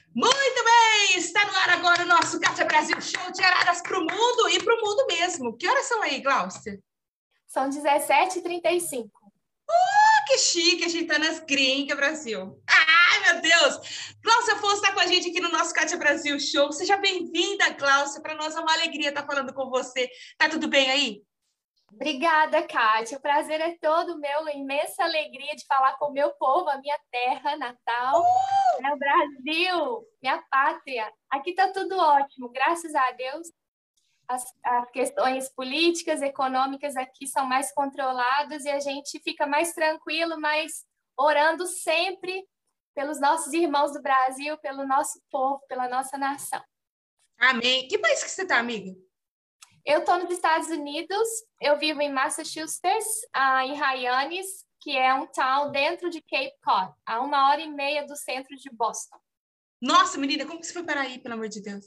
Muito bem, está no ar agora o nosso Kátia Brasil Show de araras para o mundo e para o mundo mesmo. Que horas são aí, Glaucia? São 17h35. Que chique, a gente está nas gringas, Brasil. Ai, meu Deus! Glaucia Afonso está com a gente aqui no nosso Kátia Brasil Show. Seja bem-vinda, Glaucia. Para nós é uma alegria estar falando com você. Tá tudo bem aí? Obrigada, Kátia. O prazer é todo meu, a imensa alegria de falar com o meu povo, a minha terra natal, o Brasil, minha pátria. Aqui está tudo ótimo, graças a Deus. As questões políticas, econômicas aqui são mais controladas e a gente fica mais tranquilo, mas orando sempre pelos nossos irmãos do Brasil, pelo nosso povo, pela nossa nação. Amém. Que país que você está, amiga? Eu estou nos Estados Unidos, eu vivo em Massachusetts, em Hyannis, que é um town dentro de Cape Cod, a 1h30 do centro de Boston. Nossa, menina, como que você foi para aí, pelo amor de Deus?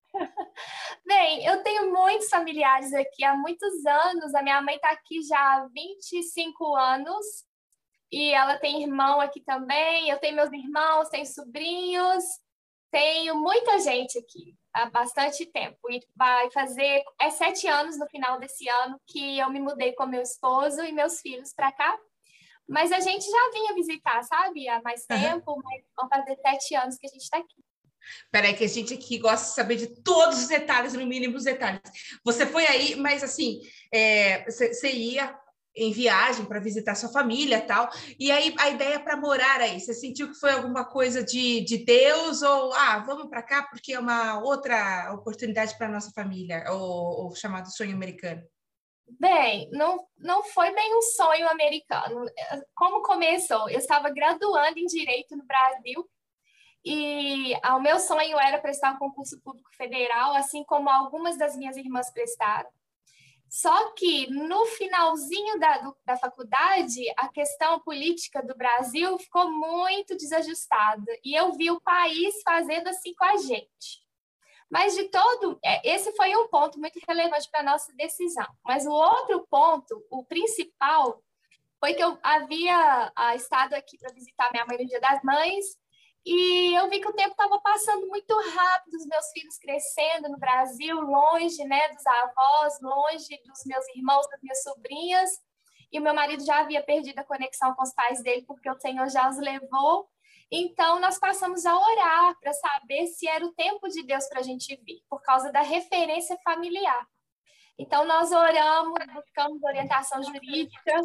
Bem, eu tenho muitos familiares aqui há muitos anos, a minha mãe está aqui já há 25 anos, e ela tem irmão aqui também, eu tenho meus irmãos, tenho sobrinhos, tenho muita gente aqui há bastante tempo. E vai fazer 7 anos no final desse ano que eu me mudei com meu esposo e meus filhos para cá. Mas a gente já vinha visitar, sabe? Há mais tempo, mas vão fazer 7 anos que a gente está aqui. Peraí, que a gente aqui gosta de saber de todos os detalhes, no mínimo os detalhes. Você foi aí, mas assim, você ia em viagem para visitar sua família e tal, e aí a ideia para morar aí, você sentiu que foi alguma coisa de Deus ou, vamos para cá porque é uma outra oportunidade para nossa família, ou chamado sonho americano? Bem, não foi bem um sonho americano. Como começou? Eu estava graduando em Direito no Brasil e o meu sonho era prestar um concurso público federal, assim como algumas das minhas irmãs prestaram. Só que no finalzinho da faculdade, a questão política do Brasil ficou muito desajustada e eu vi o país fazendo assim com a gente. Mas de todo, esse foi um ponto muito relevante para a nossa decisão. Mas o outro ponto, o principal, foi que eu havia estado aqui para visitar minha mãe no Dia das Mães e eu vi que o tempo estava passando muito rápido, os meus filhos crescendo no Brasil, longe, né, dos avós, longe dos meus irmãos, das minhas sobrinhas, e o meu marido já havia perdido a conexão com os pais dele porque o Senhor já os levou. Então, nós passamos a orar para saber se era o tempo de Deus para a gente vir, por causa da referência familiar. Então, nós oramos, buscamos orientação jurídica,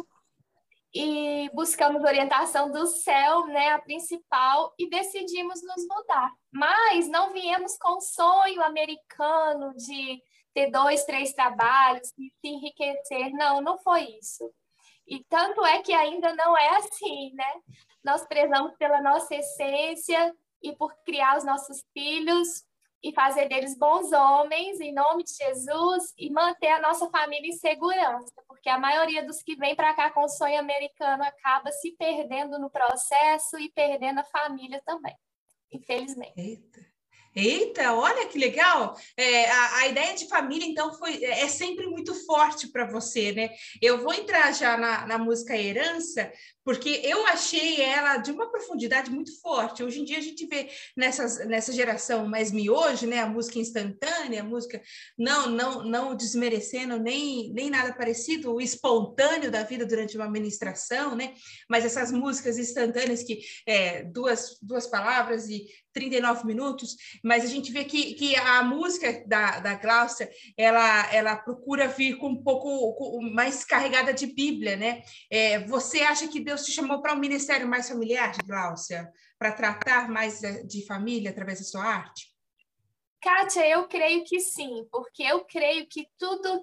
e buscamos orientação do céu, né, a principal, e decidimos nos mudar. Mas não viemos com o sonho americano de ter 2, 3 trabalhos, e se enriquecer. Não foi isso. E tanto é que ainda não é assim, né? Nós prezamos pela nossa essência e por criar os nossos filhos e fazer deles bons homens, em nome de Jesus, e manter a nossa família em segurança, porque a maioria dos que vem para cá com o sonho americano acaba se perdendo no processo e perdendo a família também, infelizmente. Eita, olha que legal! A ideia de família, então, é sempre muito forte para você, né? Eu vou entrar já na música Herança, porque eu achei ela de uma profundidade muito forte. Hoje em dia a gente vê nessa geração mais miojo, né? A música instantânea, a música não desmerecendo nem nada parecido, o espontâneo da vida durante uma ministração, né? Mas essas músicas instantâneas que duas palavras e 39 minutos, mas a gente vê que a música da Glaucia, ela procura vir com um pouco mais carregada de Bíblia, né? Você acha que Deus te chamou para um ministério mais familiar, Glaucia? Para tratar mais de família através da sua arte? Kátia, eu creio que sim, porque eu creio que tudo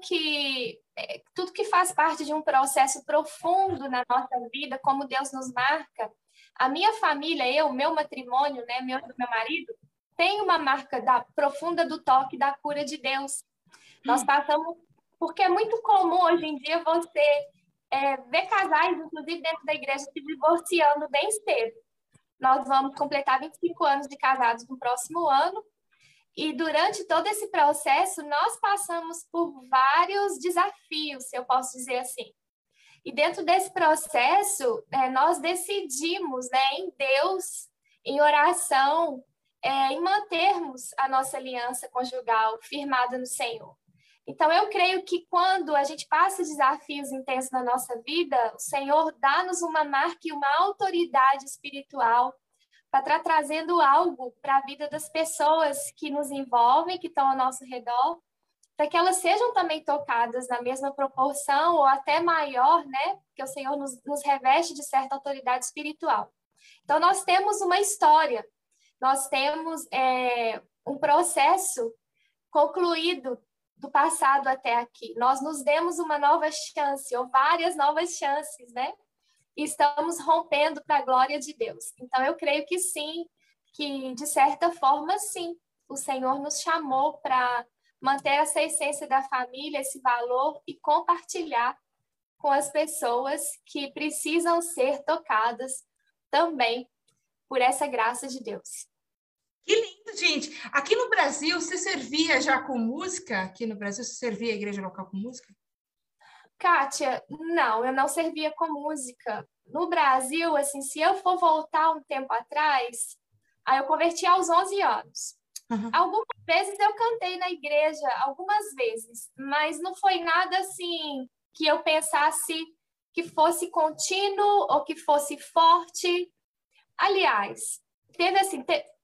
que faz parte de um processo profundo na nossa vida, como Deus nos marca, a minha família, meu matrimônio, né, meu marido, tem uma marca profunda do toque da cura de Deus. Nós passamos, porque é muito comum hoje em dia você ver casais, inclusive dentro da igreja, se divorciando bem cedo. Nós vamos completar 25 anos de casados no próximo ano, e durante todo esse processo, nós passamos por vários desafios, se eu posso dizer assim. E dentro desse processo, nós decidimos, né, em Deus, em oração, em mantermos a nossa aliança conjugal firmada no Senhor. Então, eu creio que quando a gente passa desafios intensos na nossa vida, o Senhor dá-nos uma marca e uma autoridade espiritual para estar trazendo algo para a vida das pessoas que nos envolvem, que estão ao nosso redor, para que elas sejam também tocadas na mesma proporção ou até maior, né? Porque o Senhor nos reveste de certa autoridade espiritual. Então, nós temos uma história, nós temos um processo concluído do passado até aqui. Nós nos demos uma nova chance, ou várias novas chances, né? E estamos rompendo para a glória de Deus. Então, eu creio que sim, que de certa forma, sim, o Senhor nos chamou para manter essa essência da família, esse valor e compartilhar com as pessoas que precisam ser tocadas também por essa graça de Deus. Que lindo, gente! Aqui no Brasil, você servia já com música? Aqui no Brasil, você servia a igreja local com música? Kátia, não, eu não servia com música. No Brasil, assim, se eu for voltar um tempo atrás, aí eu converti aos 11 anos. Uhum. Algumas vezes eu cantei na igreja, algumas vezes, mas não foi nada assim que eu pensasse que fosse contínuo ou que fosse forte. Aliás, teve assim,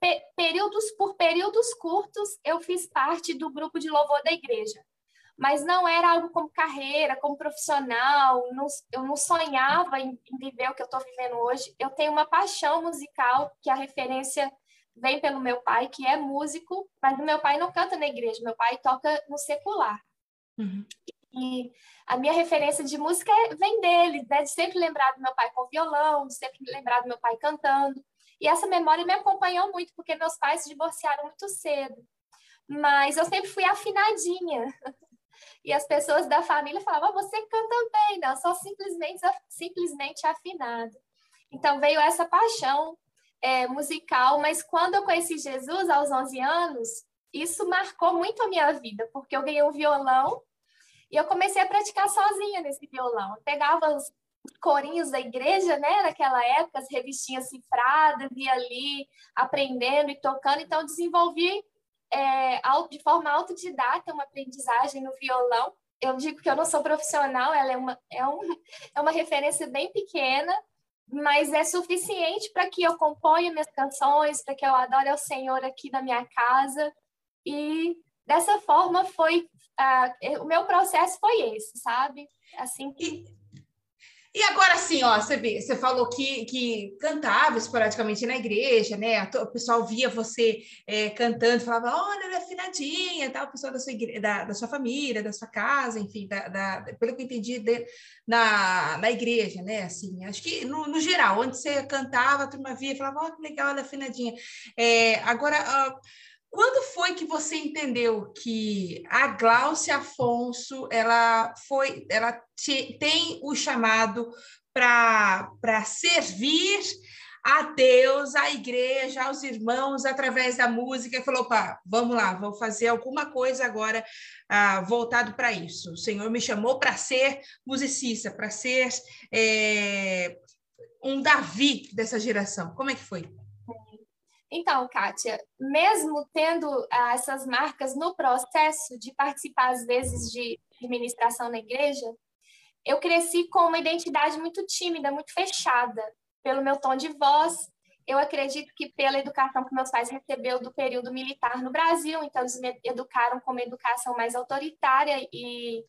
períodos curtos, eu fiz parte do grupo de louvor da igreja, mas não era algo como carreira, como profissional, eu não sonhava em viver o que eu estou vivendo hoje. Eu tenho uma paixão musical, que a referência vem pelo meu pai, que é músico, mas o meu pai não canta na igreja, meu pai toca no secular. Uhum. E a minha referência de música vem dele, né? De sempre lembrar do meu pai com violão, de sempre lembrar do meu pai cantando. E essa memória me acompanhou muito, porque meus pais se divorciaram muito cedo. Mas eu sempre fui afinadinha. E as pessoas da família falavam, você canta bem, não, só simplesmente afinada. Então veio essa paixão musical, mas quando eu conheci Jesus, aos 11 anos, isso marcou muito a minha vida, porque eu ganhei um violão e eu comecei a praticar sozinha nesse violão. Eu pegava os corinhos da igreja, né, naquela época, as revistinhas cifradas, ia ali aprendendo e tocando, então desenvolvi de forma autodidata uma aprendizagem no violão. Eu digo que eu não sou profissional, ela é uma referência bem pequena, mas é suficiente para que eu componha minhas canções, para que eu adore ao Senhor aqui na minha casa. E dessa forma o meu processo foi esse, sabe? Assim que... E agora sim, ó, você falou que cantava esporadicamente na igreja, né? O pessoal via você cantando, falava, olha, ela é afinadinha, tal, o pessoal da sua família, da sua casa, enfim, pelo que eu entendi, na igreja, né? Assim, acho que no geral, onde você cantava, a turma via e falava, ó, que legal, ela é afinadinha. Agora, quando foi que você entendeu que a Gláucia Afonso tem o chamado para servir a Deus, à igreja, aos irmãos, através da música, e falou, opa, vamos lá, vou fazer alguma coisa agora voltado para isso. O Senhor me chamou para ser musicista, para ser um Davi dessa geração. Como é que foi? Então, Kátia, mesmo tendo essas marcas no processo de participar, às vezes, de ministração na igreja, eu cresci com uma identidade muito tímida, muito fechada. Pelo meu tom de voz, eu acredito que pela educação que meus pais receberam do período militar no Brasil, então eles me educaram com uma educação mais autoritária e,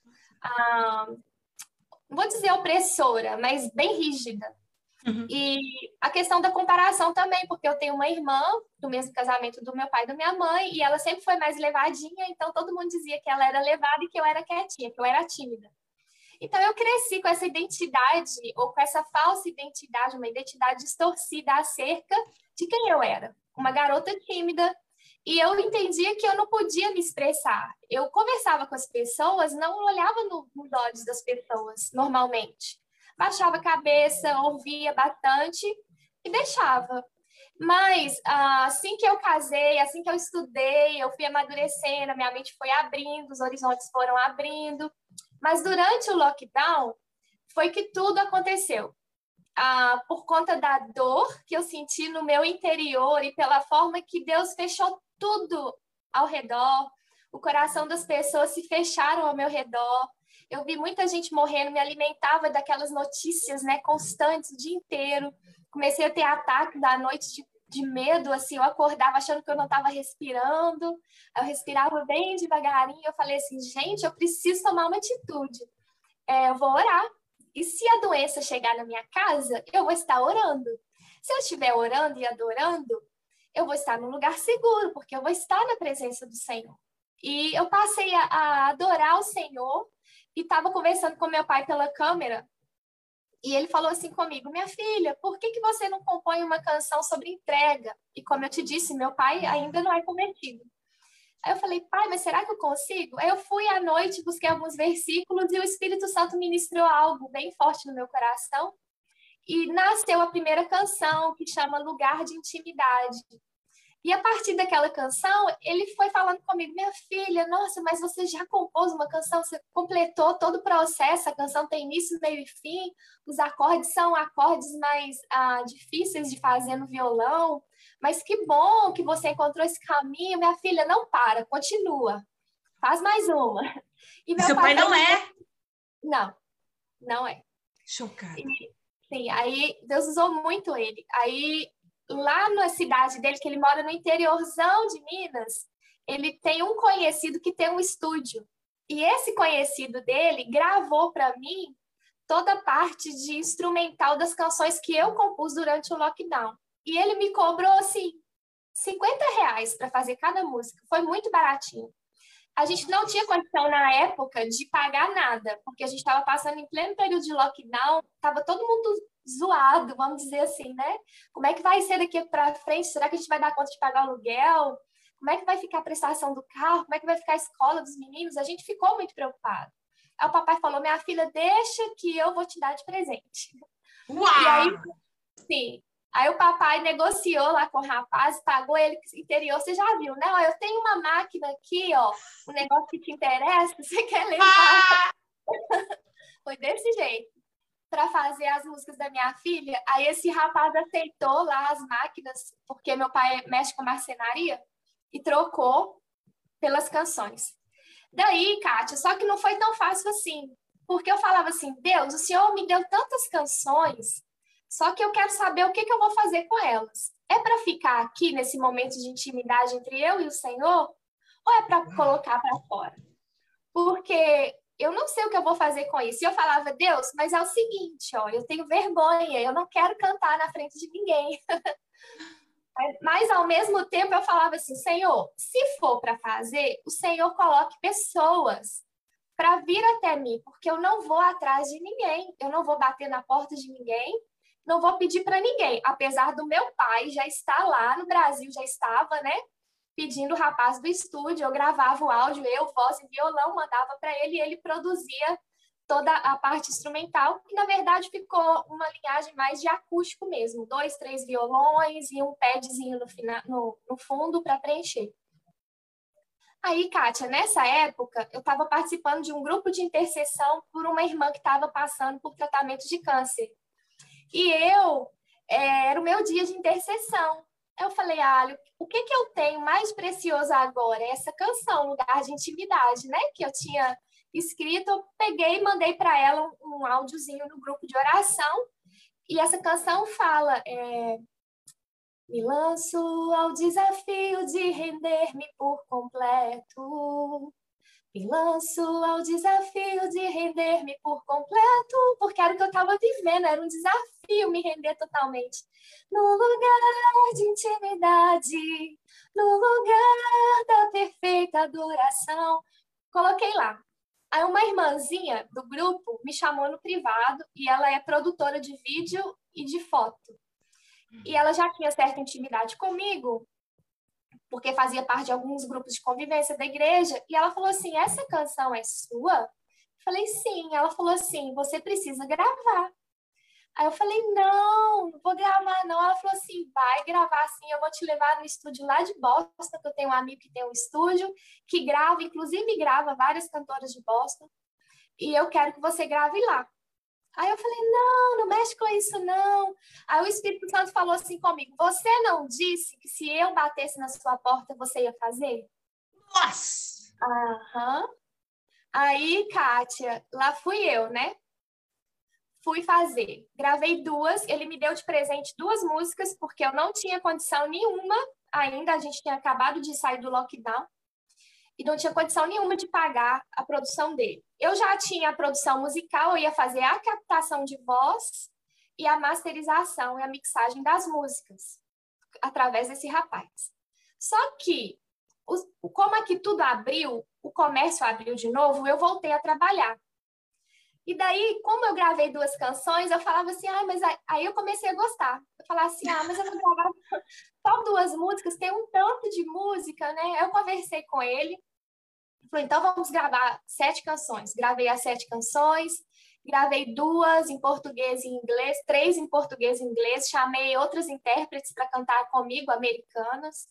não vou dizer opressora, mas bem rígida. Uhum. E a questão da comparação também, porque eu tenho uma irmã do mesmo casamento do meu pai e da minha mãe, e ela sempre foi mais levadinha, então todo mundo dizia que ela era levada e que eu era quietinha, que eu era tímida. Então eu cresci com essa identidade, ou com essa falsa identidade, uma identidade distorcida acerca de quem eu era. Uma garota tímida, e eu entendia que eu não podia me expressar. Eu conversava com as pessoas, não olhava nos olhos das pessoas, normalmente. Baixava a cabeça, ouvia bastante e deixava. Mas assim que eu casei, assim que eu estudei, eu fui amadurecendo, a minha mente foi abrindo, os horizontes foram abrindo. Mas durante o lockdown, foi que tudo aconteceu. por conta da dor que eu senti no meu interior e pela forma que Deus fechou tudo ao redor, o coração das pessoas se fecharam ao meu redor. Eu vi muita gente morrendo, me alimentava daquelas notícias, né, constantes o dia inteiro. Comecei a ter ataque da noite de medo, assim, eu acordava achando que eu não estava respirando, eu respirava bem devagarinho, eu falei assim, gente, eu preciso tomar uma atitude, eu vou orar, e se a doença chegar na minha casa, eu vou estar orando. Se eu estiver orando e adorando, eu vou estar num lugar seguro, porque eu vou estar na presença do Senhor. E eu passei a adorar o Senhor, e estava conversando com meu pai pela câmera, e ele falou assim comigo, minha filha, por que você não compõe uma canção sobre entrega? E como eu te disse, meu pai ainda não é convertido. Aí eu falei, pai, mas será que eu consigo? Aí eu fui à noite, busquei alguns versículos e o Espírito Santo ministrou algo bem forte no meu coração. E nasceu a primeira canção, que chama Lugar de Intimidade. E a partir daquela canção, ele foi falando comigo, minha filha, nossa, mas você já compôs uma canção, você completou todo o processo, a canção tem início, meio e fim, os acordes são acordes mais difíceis de fazer no violão, mas que bom que você encontrou esse caminho, minha filha, não para, continua, faz mais uma. E meu seu pai não é? Não, não é. Chocada. Sim, aí Deus usou muito ele. Aí lá na cidade dele, que ele mora no interiorzão de Minas, ele tem um conhecido que tem um estúdio. E esse conhecido dele gravou para mim toda a parte de instrumental das canções que eu compus durante o lockdown. E ele me cobrou, assim, R$ 50 para fazer cada música. Foi muito baratinho. A gente não tinha condição na época de pagar nada, porque a gente estava passando em pleno período de lockdown, estava todo mundo zoado, vamos dizer assim, né? Como é que vai ser daqui para frente? Será que a gente vai dar conta de pagar o aluguel? Como é que vai ficar a prestação do carro? Como é que vai ficar a escola dos meninos? A gente ficou muito preocupado. Aí o papai falou, minha filha, deixa que eu vou te dar de presente. Uau! E aí, sim. Aí o papai negociou lá com o rapaz, pagou ele interior, você já viu, né? Ó, eu tenho uma máquina aqui, ó, um negócio que te interessa, você quer levar? Foi desse jeito, para fazer as músicas da minha filha. Aí esse rapaz aceitou lá as máquinas, porque meu pai mexe com marcenaria, e trocou pelas canções. Daí, Kátia, só que não foi tão fácil assim, porque eu falava assim, Deus, o Senhor me deu tantas canções, só que eu quero saber o que eu vou fazer com elas. É para ficar aqui nesse momento de intimidade entre eu e o Senhor? Ou é para colocar para fora? Porque eu não sei o que eu vou fazer com isso. E eu falava, Deus, mas é o seguinte, ó, eu tenho vergonha, eu não quero cantar na frente de ninguém. Mas, ao mesmo tempo, eu falava assim, Senhor, se for para fazer, o Senhor coloque pessoas para vir até mim, porque eu não vou atrás de ninguém, eu não vou bater na porta de ninguém, não vou pedir para ninguém, apesar do meu pai já estar lá no Brasil, já estava, né, pedindo o rapaz do estúdio, eu gravava o áudio, eu, voz e violão, mandava para ele e ele produzia toda a parte instrumental, que na verdade ficou uma linhagem mais de acústico mesmo, 2, 3 violões e um padzinho no fundo para preencher. Aí, Kátia, nessa época, eu estava participando de um grupo de intercessão por uma irmã que estava passando por tratamento de câncer. E era o meu dia de intercessão. Eu falei, o que eu tenho mais precioso agora? É essa canção, Lugar de Intimidade, né? Que eu tinha escrito, eu peguei e mandei para ela um áudiozinho no grupo de oração. E essa canção fala, me lanço ao desafio de render-me por completo. Me lanço ao desafio de render-me por completo, porque era o que eu estava vivendo, era um desafio me render totalmente. No lugar de intimidade, no lugar da perfeita adoração. Coloquei lá. Aí uma irmãzinha do grupo me chamou no privado e ela é produtora de vídeo e de foto. E ela já tinha certa intimidade comigo, porque fazia parte de alguns grupos de convivência da igreja, e ela falou assim, essa canção é sua? Eu falei, sim. Ela falou assim, você precisa gravar. Aí eu falei, não vou gravar não. Ela falou assim, vai gravar sim, eu vou te levar no estúdio lá de Boston, que eu tenho um amigo que tem um estúdio, que grava, inclusive grava várias cantoras de Boston, e eu quero que você grave lá. Aí eu falei, não, não mexe com isso, não. Aí o Espírito Santo falou assim comigo, você não disse que se eu batesse na sua porta, você ia fazer? Nossa! Aham. Aí, Kátia, lá fui eu, né? Fui fazer. Gravei duas, ele me deu de presente duas músicas, porque eu não tinha condição nenhuma ainda, a gente tinha acabado de sair do lockdown, e não tinha condição nenhuma de pagar a produção dele. Eu já tinha a produção musical, eu ia fazer a captação de voz e a masterização e a mixagem das músicas, através desse rapaz. Só que, como aqui tudo abriu, o comércio abriu de novo, eu voltei a trabalhar. E daí, como eu gravei duas canções, eu falava assim, mas aí eu comecei a gostar. Eu falava assim, mas eu vou gravar só duas músicas, tem um tanto de música, né? Eu conversei com ele, falei, então vamos gravar 7 canções. Gravei as 7 canções, gravei 2 em português e inglês, 3 em português e inglês, chamei outras intérpretes para cantar comigo, americanas.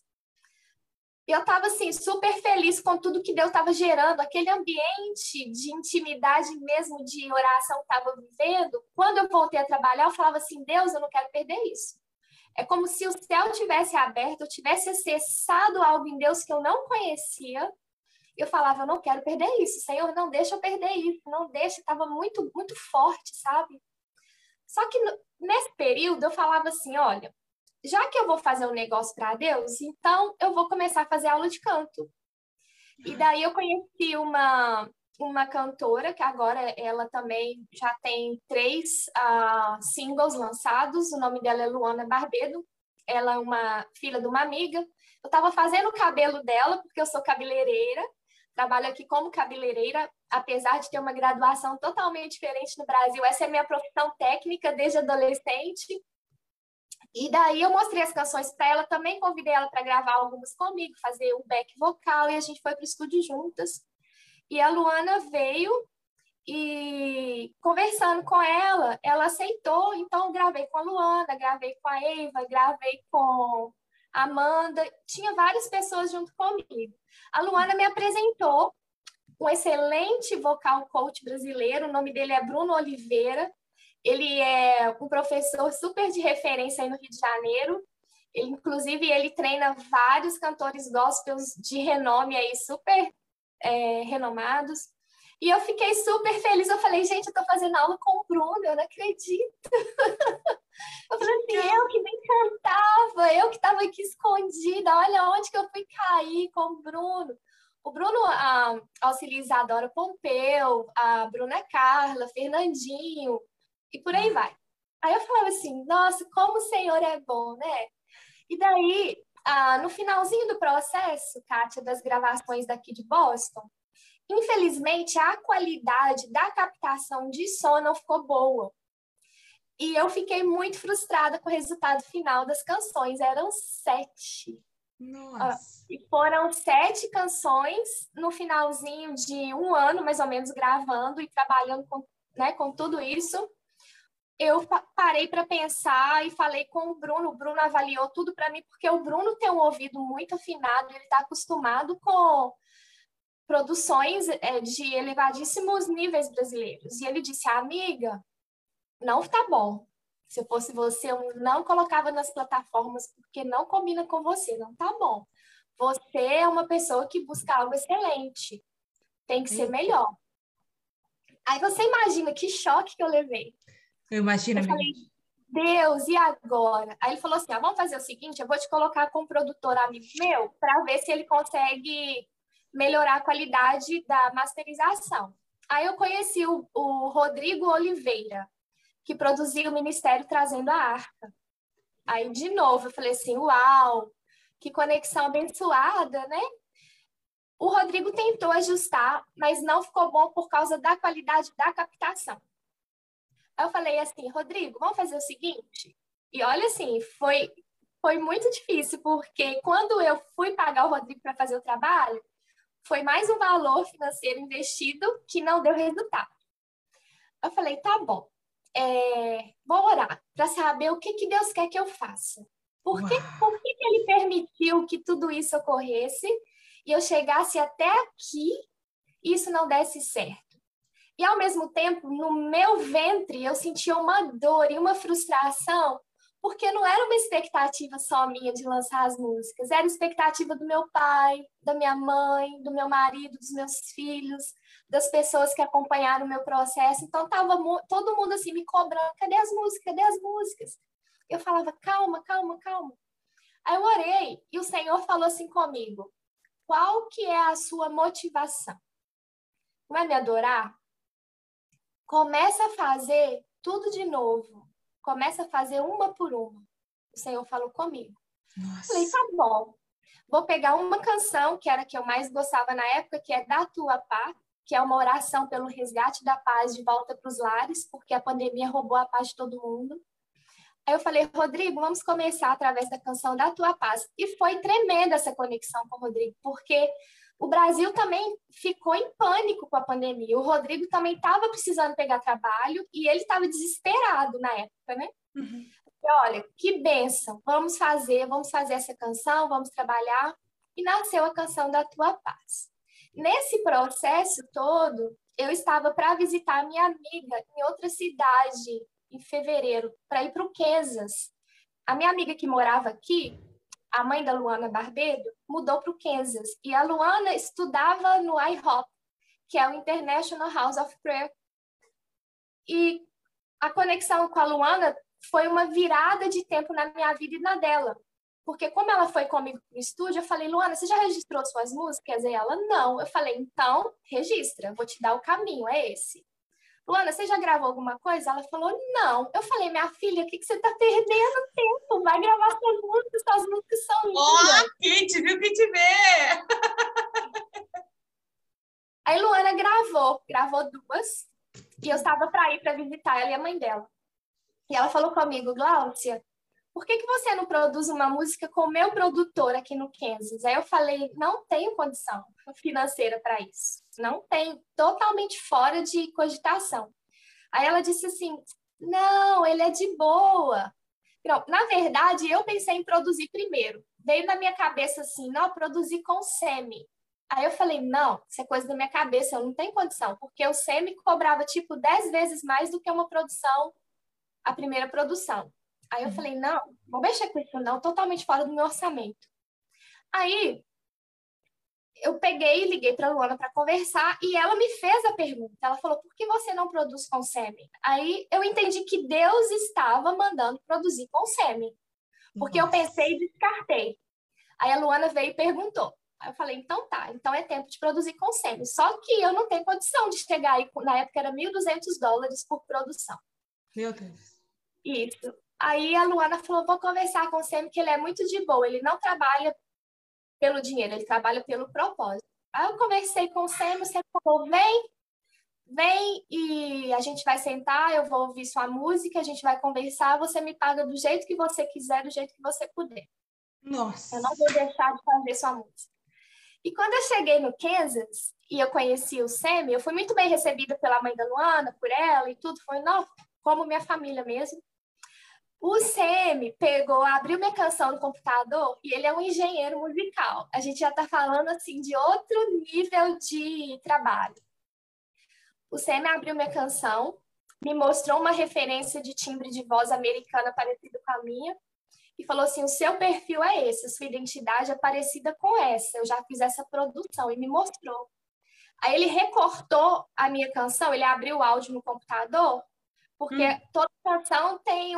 E eu estava assim, super feliz com tudo que Deus estava gerando, aquele ambiente de intimidade mesmo, de oração que estava vivendo. Quando eu voltei a trabalhar, eu falava assim, Deus, eu não quero perder isso. É como se o céu tivesse aberto, eu tivesse acessado algo em Deus que eu não conhecia. Eu falava, eu não quero perder isso, Senhor, não deixa eu perder isso, não deixa, estava muito, muito forte, sabe? Só que nesse período eu falava assim, olha, já que eu vou fazer um negócio para Deus, então eu vou começar a fazer aula de canto. E daí eu conheci uma cantora, que agora ela também já tem 3 singles lançados, o nome dela é Luana Barbedo, ela é uma filha de uma amiga. Eu estava fazendo o cabelo dela, porque eu sou cabeleireira, trabalho aqui como cabeleireira, apesar de ter uma graduação totalmente diferente no Brasil, essa é a minha profissão técnica desde adolescente. E daí eu mostrei as canções para ela, também convidei ela para gravar algumas comigo, fazer um back vocal, e a gente foi para o estúdio juntas. E a Luana veio e conversando com ela, ela aceitou, então gravei com a Luana, gravei com a Eva, gravei com a Amanda, tinha várias pessoas junto comigo. A Luana me apresentou um excelente vocal coach brasileiro, o nome dele é Bruno Oliveira. Ele é um professor super de referência aí no Rio de Janeiro. Inclusive, ele treina vários cantores gospels de renome aí, super renomados. E eu fiquei super feliz. Eu falei, gente, eu estou fazendo aula com o Bruno, eu não acredito. Eu falei assim, eu que nem cantava, eu que estava aqui escondida, olha onde que eu fui cair com o Bruno. O Bruno auxilia Isadora Pompeu, a Bruna Carla, Fernandinho, e por aí vai. Aí eu falava assim, nossa, como o Senhor é bom, né? E daí, no finalzinho do processo, Kátia, das gravações daqui de Boston, infelizmente, a qualidade da captação de som não ficou boa. E eu fiquei muito frustrada com o resultado final das canções. Eram 7. Nossa! E foram 7 canções no finalzinho de um ano, mais ou menos, gravando e trabalhando com tudo isso. Eu parei para pensar e falei com o Bruno avaliou tudo para mim, porque o Bruno tem um ouvido muito afinado, ele está acostumado com produções de elevadíssimos níveis brasileiros. E ele disse, amiga, não tá bom. Se eu fosse você, eu não colocava nas plataformas, porque não combina com você, não tá bom. Você é uma pessoa que busca algo excelente, tem que ser melhor. Aí você imagina que choque que eu levei. Eu imagino, eu falei, Deus, e agora? Aí ele falou assim, vamos fazer o seguinte, eu vou te colocar com um produtor amigo meu para ver se ele consegue melhorar a qualidade da masterização. Aí eu conheci o Rodrigo Oliveira, que produziu o Ministério Trazendo a Arca. Aí, de novo, eu falei assim, uau, que conexão abençoada, né? O Rodrigo tentou ajustar, mas não ficou bom por causa da qualidade da captação. Aí eu falei assim, Rodrigo, vamos fazer o seguinte? E olha assim, foi muito difícil, porque quando eu fui pagar o Rodrigo para fazer o trabalho, foi mais um valor financeiro investido que não deu resultado. Eu falei, tá bom, vou orar para saber o que Deus quer que eu faça. Por que ele permitiu que tudo isso ocorresse e eu chegasse até aqui e isso não desse certo? E, ao mesmo tempo, no meu ventre, eu sentia uma dor e uma frustração, porque não era uma expectativa só minha de lançar as músicas, era expectativa do meu pai, da minha mãe, do meu marido, dos meus filhos, das pessoas que acompanharam o meu processo. Então, estava todo mundo assim me cobrando, cadê as músicas? Cadê as músicas? Eu falava, calma, calma, calma. Aí eu orei e o Senhor falou assim comigo, qual que é a sua motivação? Não é me adorar? Começa a fazer tudo de novo. Começa a fazer uma por uma. O Senhor falou comigo. Nossa. Falei, tá bom. Vou pegar uma canção, que era a que eu mais gostava na época, que é Da Tua Paz, que é uma oração pelo resgate da paz de volta para os lares, porque a pandemia roubou a paz de todo mundo. Aí eu falei, Rodrigo, vamos começar através da canção Da Tua Paz. E foi tremenda essa conexão com o Rodrigo, porque o Brasil também ficou em pânico com a pandemia. O Rodrigo também estava precisando pegar trabalho e ele estava desesperado na época, né? Uhum. E olha, que bênção, vamos fazer essa canção, vamos trabalhar. E nasceu a canção Da Tua Paz. Nesse processo todo, eu estava para visitar a minha amiga em outra cidade, em fevereiro, para ir para o Kansas. A minha amiga que morava aqui, a mãe da Luana Barbedo, mudou para o Kansas. E a Luana estudava no IHOP, que é o International House of Prayer. E a conexão com a Luana foi uma virada de tempo na minha vida e na dela. Porque como ela foi comigo no estúdio, eu falei, Luana, você já registrou suas músicas? E ela, não. Eu falei, então, registra, vou te dar o caminho, é esse. Luana, você já gravou alguma coisa? Ela falou, não. Eu falei, minha filha, o que você está perdendo tempo? Vai gravar suas músicas são lindas. Quem te viu, quem te vê! Aí Luana gravou 2, e eu estava para ir para visitar ela e a mãe dela. E ela falou comigo, Gláucia, por que você não produz uma música com o meu produtor aqui no Kansas? Aí eu falei, não tenho condição financeira para isso. Não tenho, totalmente fora de cogitação. Aí ela disse assim, não, ele é de boa. Não, na verdade, eu pensei em produzir primeiro. Veio na minha cabeça assim, não, produzir com semi. Aí eu falei, não, isso é coisa da minha cabeça, eu não tenho condição, porque o semi cobrava tipo 10 vezes mais do que uma produção, a primeira produção. Aí eu falei, não, vou mexer com isso não, totalmente fora do meu orçamento. Aí eu peguei e liguei para a Luana para conversar e ela me fez a pergunta. Ela falou, por que você não produz com semi? Aí eu entendi que Deus estava mandando produzir com semi, porque eu pensei e descartei. Aí a Luana veio e perguntou. Aí eu falei, então tá, então é tempo de produzir com semi. Só que eu não tenho condição de chegar aí, na época era $1.200 por produção. Meu Deus. Isso. Aí a Luana falou, vou conversar com o Semi, que ele é muito de boa, ele não trabalha pelo dinheiro, ele trabalha pelo propósito. Aí eu conversei com o Semi falou, vem e a gente vai sentar, eu vou ouvir sua música, a gente vai conversar, você me paga do jeito que você quiser, do jeito que você puder. Nossa. Eu não vou deixar de fazer sua música. E quando eu cheguei no Kansas e eu conheci o Semi, eu fui muito bem recebida pela mãe da Luana, por ela e tudo, foi como minha família mesmo. O Semi abriu minha canção no computador e ele é um engenheiro musical. A gente já está falando assim de outro nível de trabalho. O Semi abriu minha canção, me mostrou uma referência de timbre de voz americana parecida com a minha e falou assim, o seu perfil é esse, a sua identidade é parecida com essa, eu já fiz essa produção e me mostrou. Aí ele recortou a minha canção, ele abriu o áudio no computador, porque toda canção tem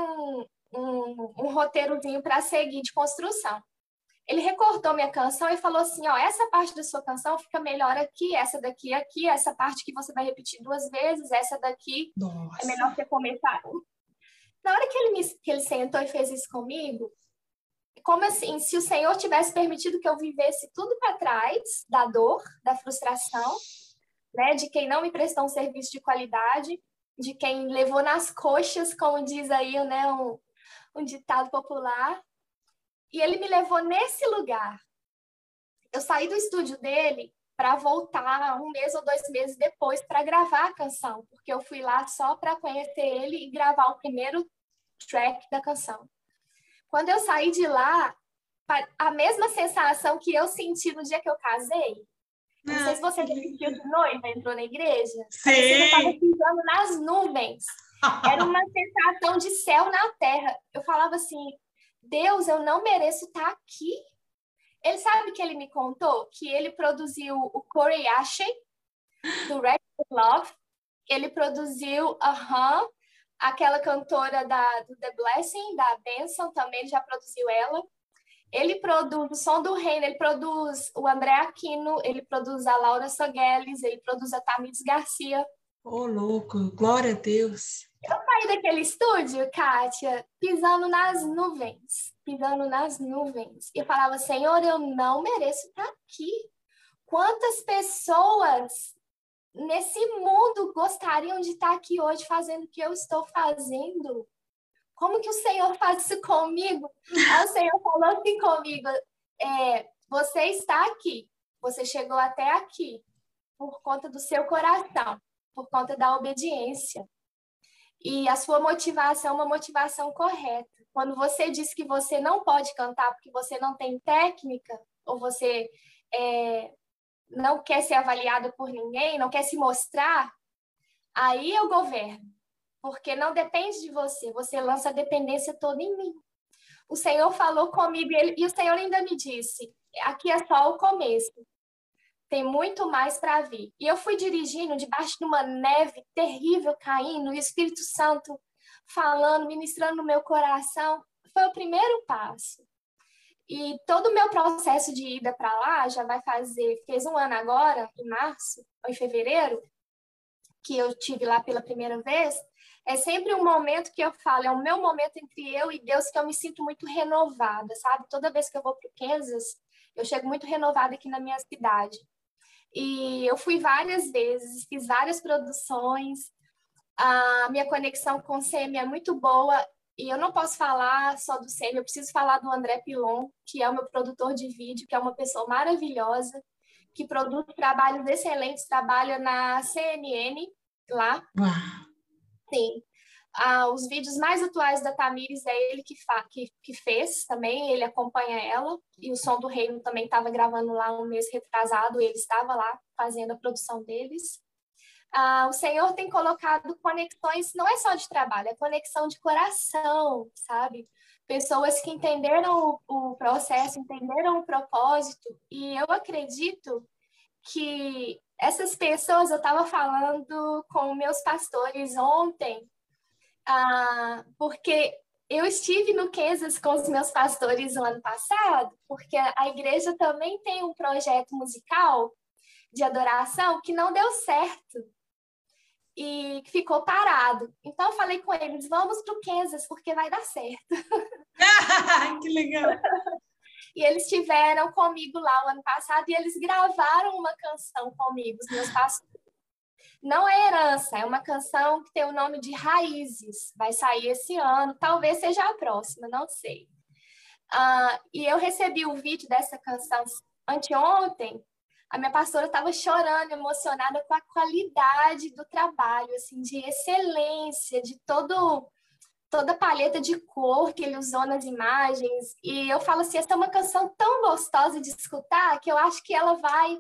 um roteirozinho para seguir de construção. Ele recortou minha canção e falou assim, ó, essa parte da sua canção fica melhor aqui, essa daqui aqui, essa parte que você vai repetir 2 vezes, essa daqui é melhor você começar. Na hora que ele sentou e fez isso comigo, como assim, se o Senhor tivesse permitido que eu vivesse tudo para trás da dor, da frustração, né, de quem não me prestou um serviço de qualidade, de quem levou nas coxas, como diz aí, né, um ditado popular, e ele me levou nesse lugar. Eu saí do estúdio dele para voltar 1 mês ou 2 meses depois para gravar a canção, porque eu fui lá só para conhecer ele e gravar o primeiro track da canção. Quando eu saí de lá, a mesma sensação que eu senti no dia que eu casei, Não sei se você já vestiu de noiva, entrou na igreja. Sim. Parecia que eu estava pisando nas nuvens. Era uma sensação de céu na terra. Eu falava assim, Deus, eu não mereço estar aqui. Ele sabe que ele me contou que ele produziu o Corey Ashley, do Red Love. Ele produziu aquela cantora do The Blessing, da Benção, também ele já produziu ela. Ele produz o Som do Reino, ele produz o André Aquino, ele produz a Laura Sogueles, ele produz a Tamires Garcia. Ô, louco, glória a Deus. Eu saí daquele estúdio, Kátia, pisando nas nuvens. E eu falava, Senhor, eu não mereço estar aqui. Quantas pessoas nesse mundo gostariam de estar aqui hoje fazendo o que eu estou fazendo? Como que o Senhor faz isso comigo? Aí o Senhor falou assim comigo, você está aqui, você chegou até aqui por conta do seu coração, por conta da obediência. E a sua motivação é uma motivação correta. Quando você diz que você não pode cantar porque você não tem técnica, ou você não quer ser avaliado por ninguém, não quer se mostrar, aí eu governo. Porque não depende de você, você lança a dependência toda em mim. O Senhor falou comigo e o Senhor ainda me disse, aqui é só o começo, tem muito mais para vir. E eu fui dirigindo debaixo de uma neve terrível caindo, e o Espírito Santo falando, ministrando no meu coração, foi o primeiro passo. E todo o meu processo de ida para lá fez 1 ano agora, em março ou em fevereiro, que eu tive lá pela primeira vez. É sempre um momento que eu falo, é o meu momento entre eu e Deus, que eu me sinto muito renovada, sabe? Toda vez que eu vou para o Kansas, eu chego muito renovada aqui na minha cidade. E eu fui várias vezes, fiz várias produções, a minha conexão com o SEMI é muito boa, e eu não posso falar só do SEMI, eu preciso falar do André Pilon, que é o meu produtor de vídeo, que é uma pessoa maravilhosa, que produz trabalhos excelentes, trabalha na CNN, lá. Uau. Sim. Os vídeos mais atuais da Tamires é ele que fez também, ele acompanha ela, e o Som do Reino também estava gravando lá um mês retrasado, ele estava lá fazendo a produção deles. O Senhor tem colocado conexões, não é só de trabalho, é conexão de coração, sabe? Pessoas que entenderam o processo, entenderam o propósito, e eu acredito que essas pessoas, eu estava falando com meus pastores ontem, porque eu estive no Kansas com os meus pastores no ano passado, porque a igreja também tem um projeto musical de adoração que não deu certo e ficou parado. Então eu falei com eles, vamos para o Kansas, porque vai dar certo. Que legal! E eles estiveram comigo lá o ano passado e eles gravaram uma canção comigo, os meus pastores. Não é Herança, é uma canção que tem o nome de Raízes. Vai sair esse ano, talvez seja a próxima, não sei. E eu recebi o vídeo dessa canção anteontem. A minha pastora estava chorando, emocionada com a qualidade do trabalho, assim, de excelência, de toda a paleta de cor que ele usou nas imagens. E eu falo assim, essa é uma canção tão gostosa de escutar que eu acho que ela vai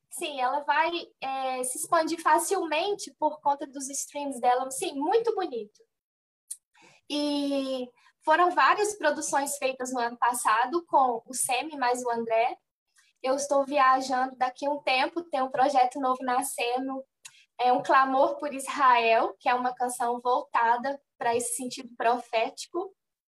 se expandir facilmente por conta dos streams dela. Sim, muito bonito. E foram várias produções feitas no ano passado com o Semi mais o André. Eu estou viajando daqui a um tempo, tem um projeto novo nascendo, um Clamor por Israel, que é uma canção voltada para esse sentido profético.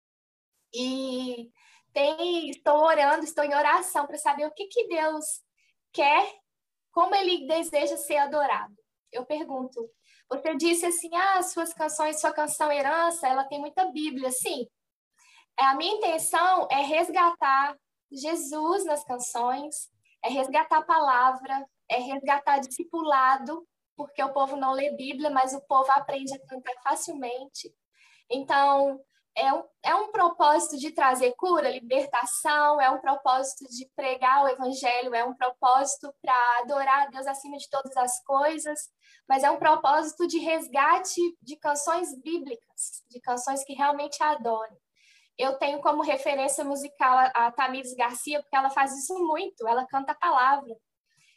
E estou orando, estou em oração para saber o que Deus quer, como ele deseja ser adorado. Eu pergunto, você disse assim, sua canção Herança, ela tem muita Bíblia. Sim, a minha intenção é resgatar Jesus nas canções, é resgatar a palavra, é resgatar discipulado, porque o povo não lê Bíblia, mas o povo aprende a cantar facilmente. Então, é um propósito de trazer cura, libertação, é um propósito de pregar o evangelho, é um propósito para adorar a Deus acima de todas as coisas, mas é um propósito de resgate de canções bíblicas, de canções que realmente adorem. Eu tenho como referência musical a Tamires Garcia, porque ela faz isso muito, ela canta a palavra.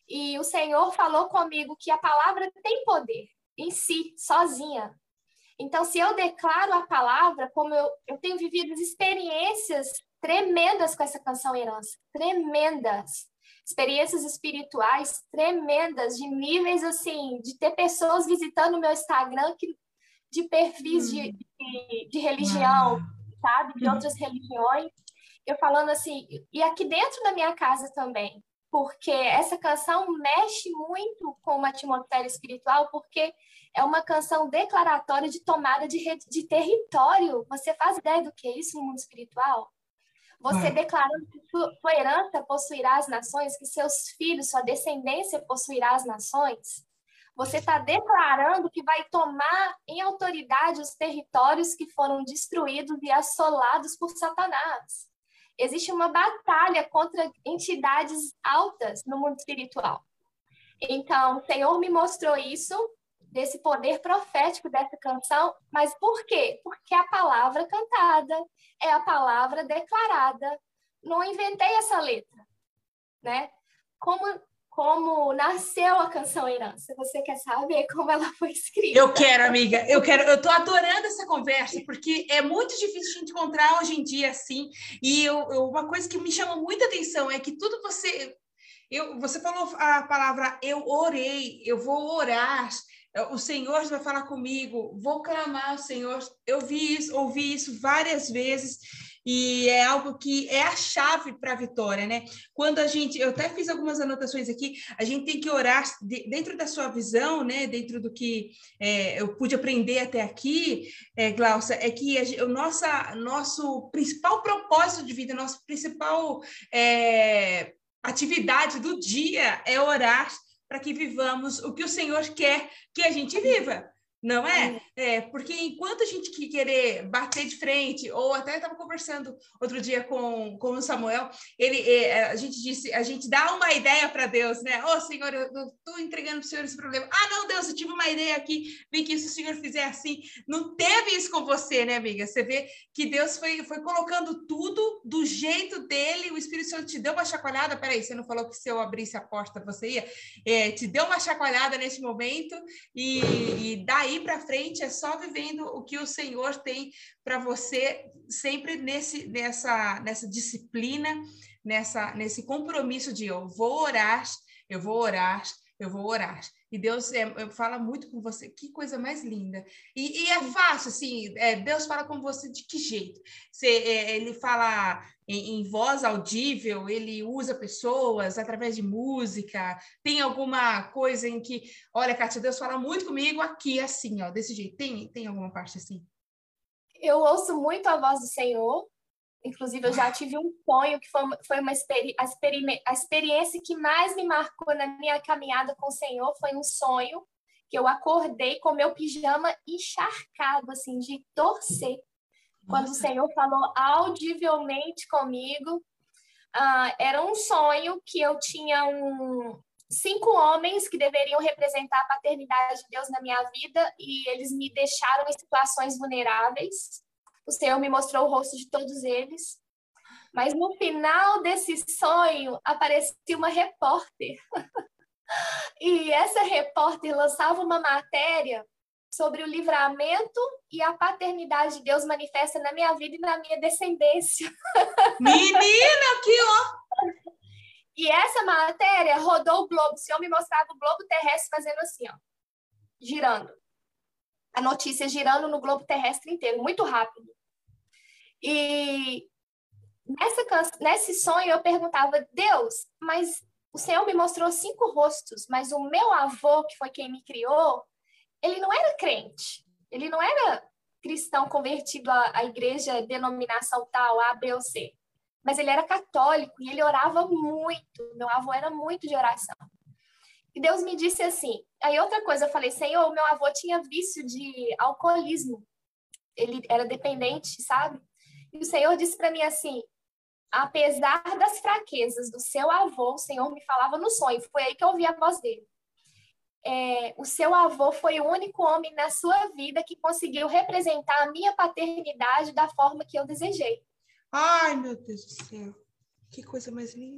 E o Senhor falou comigo que a palavra tem poder em si, sozinha. Então, se eu declaro a palavra, como eu tenho vivido experiências tremendas com essa canção Herança, tremendas. Experiências espirituais tremendas, de níveis, assim, de ter pessoas visitando o meu Instagram de perfis de religião, sabe? De outras religiões. Eu falando assim, e aqui dentro da minha casa também, porque essa canção mexe muito com uma atmosfera espiritual, porque é uma canção declaratória de tomada de território. Você faz ideia do que é isso no mundo espiritual? Você declarando que sua herança possuirá as nações, que seus filhos, sua descendência possuirá as nações. Você está declarando que vai tomar em autoridade os territórios que foram destruídos e assolados por Satanás. Existe uma batalha contra entidades altas no mundo espiritual. Então, o Senhor me mostrou isso, desse poder profético dessa canção, mas por quê? Porque a palavra cantada é a palavra declarada. Não inventei essa letra, né? Como nasceu a canção Herança? Você quer saber como ela foi escrita? Eu quero, amiga, eu tô adorando essa conversa, porque é muito difícil de encontrar hoje em dia, assim, e uma coisa que me chama muita atenção é que tudo você falou a palavra eu orei, eu vou orar, o Senhor vai falar comigo, vou clamar ao Senhor. Eu ouvi isso várias vezes e é algo que é a chave para a vitória, né? Quando eu até fiz algumas anotações aqui, a gente tem que orar dentro da sua visão, né? Dentro do que eu pude aprender até aqui, Glaucia, é que nosso principal propósito de vida, nosso principal atividade do dia é orar para que vivamos o que o Senhor quer que a gente viva, não é? Porque enquanto a gente querer bater de frente, ou até estava conversando outro dia com o Samuel, a gente dá uma ideia para Deus, né? Senhor, eu estou entregando para o Senhor esse problema. Não, Deus, eu tive uma ideia aqui, vi que se o Senhor fizer assim, não teve isso com você, né, amiga? Você vê que Deus foi colocando tudo do jeito dele, o Espírito Santo te deu uma chacoalhada, peraí, você não falou que se eu abrisse a porta você ia? Te deu uma chacoalhada nesse momento, e daí para frente é só vivendo o que o Senhor tem para você, sempre nessa disciplina, nesse compromisso de eu vou orar, eu vou orar, eu vou orar. E Deus fala muito com você, que coisa mais linda. E é fácil, assim, Deus fala com você de que jeito? Ele fala em voz audível, ele usa pessoas através de música, tem alguma coisa em que, olha, Kátia, Deus fala muito comigo aqui, assim, ó, desse jeito. Tem alguma parte assim? Eu ouço muito a voz do Senhor. Inclusive, eu já tive um sonho que foi a experiência que mais me marcou na minha caminhada com o Senhor. Foi um sonho que eu acordei com meu pijama encharcado, assim, de torcer. Nossa. Quando o Senhor falou audivelmente comigo, era um sonho que eu tinha 5 homens que deveriam representar a paternidade de Deus na minha vida, e eles me deixaram em situações vulneráveis. O Senhor me mostrou o rosto de todos eles. Mas no final desse sonho, aparecia uma repórter. E essa repórter lançava uma matéria sobre o livramento e a paternidade de Deus manifesta na minha vida e na minha descendência. Menina, que ó! E essa matéria rodou o globo. O Senhor me mostrava o globo terrestre fazendo assim, ó, girando. A notícia girando no globo terrestre inteiro, muito rápido. E nesse sonho eu perguntava, Deus, mas o Senhor me mostrou 5 rostos, mas o meu avô, que foi quem me criou, ele não era crente, ele não era cristão convertido à igreja, denominação tal, A, B ou C, mas ele era católico e ele orava muito, meu avô era muito de oração. E Deus me disse assim, aí outra coisa, eu falei, Senhor, meu avô tinha vício de alcoolismo, ele era dependente, sabe? E o Senhor disse para mim assim, apesar das fraquezas do seu avô, o Senhor me falava no sonho, foi aí que eu ouvi a voz dele. O seu avô foi o único homem na sua vida que conseguiu representar a minha paternidade da forma que eu desejei. Ai, meu Deus do céu, que coisa mais linda.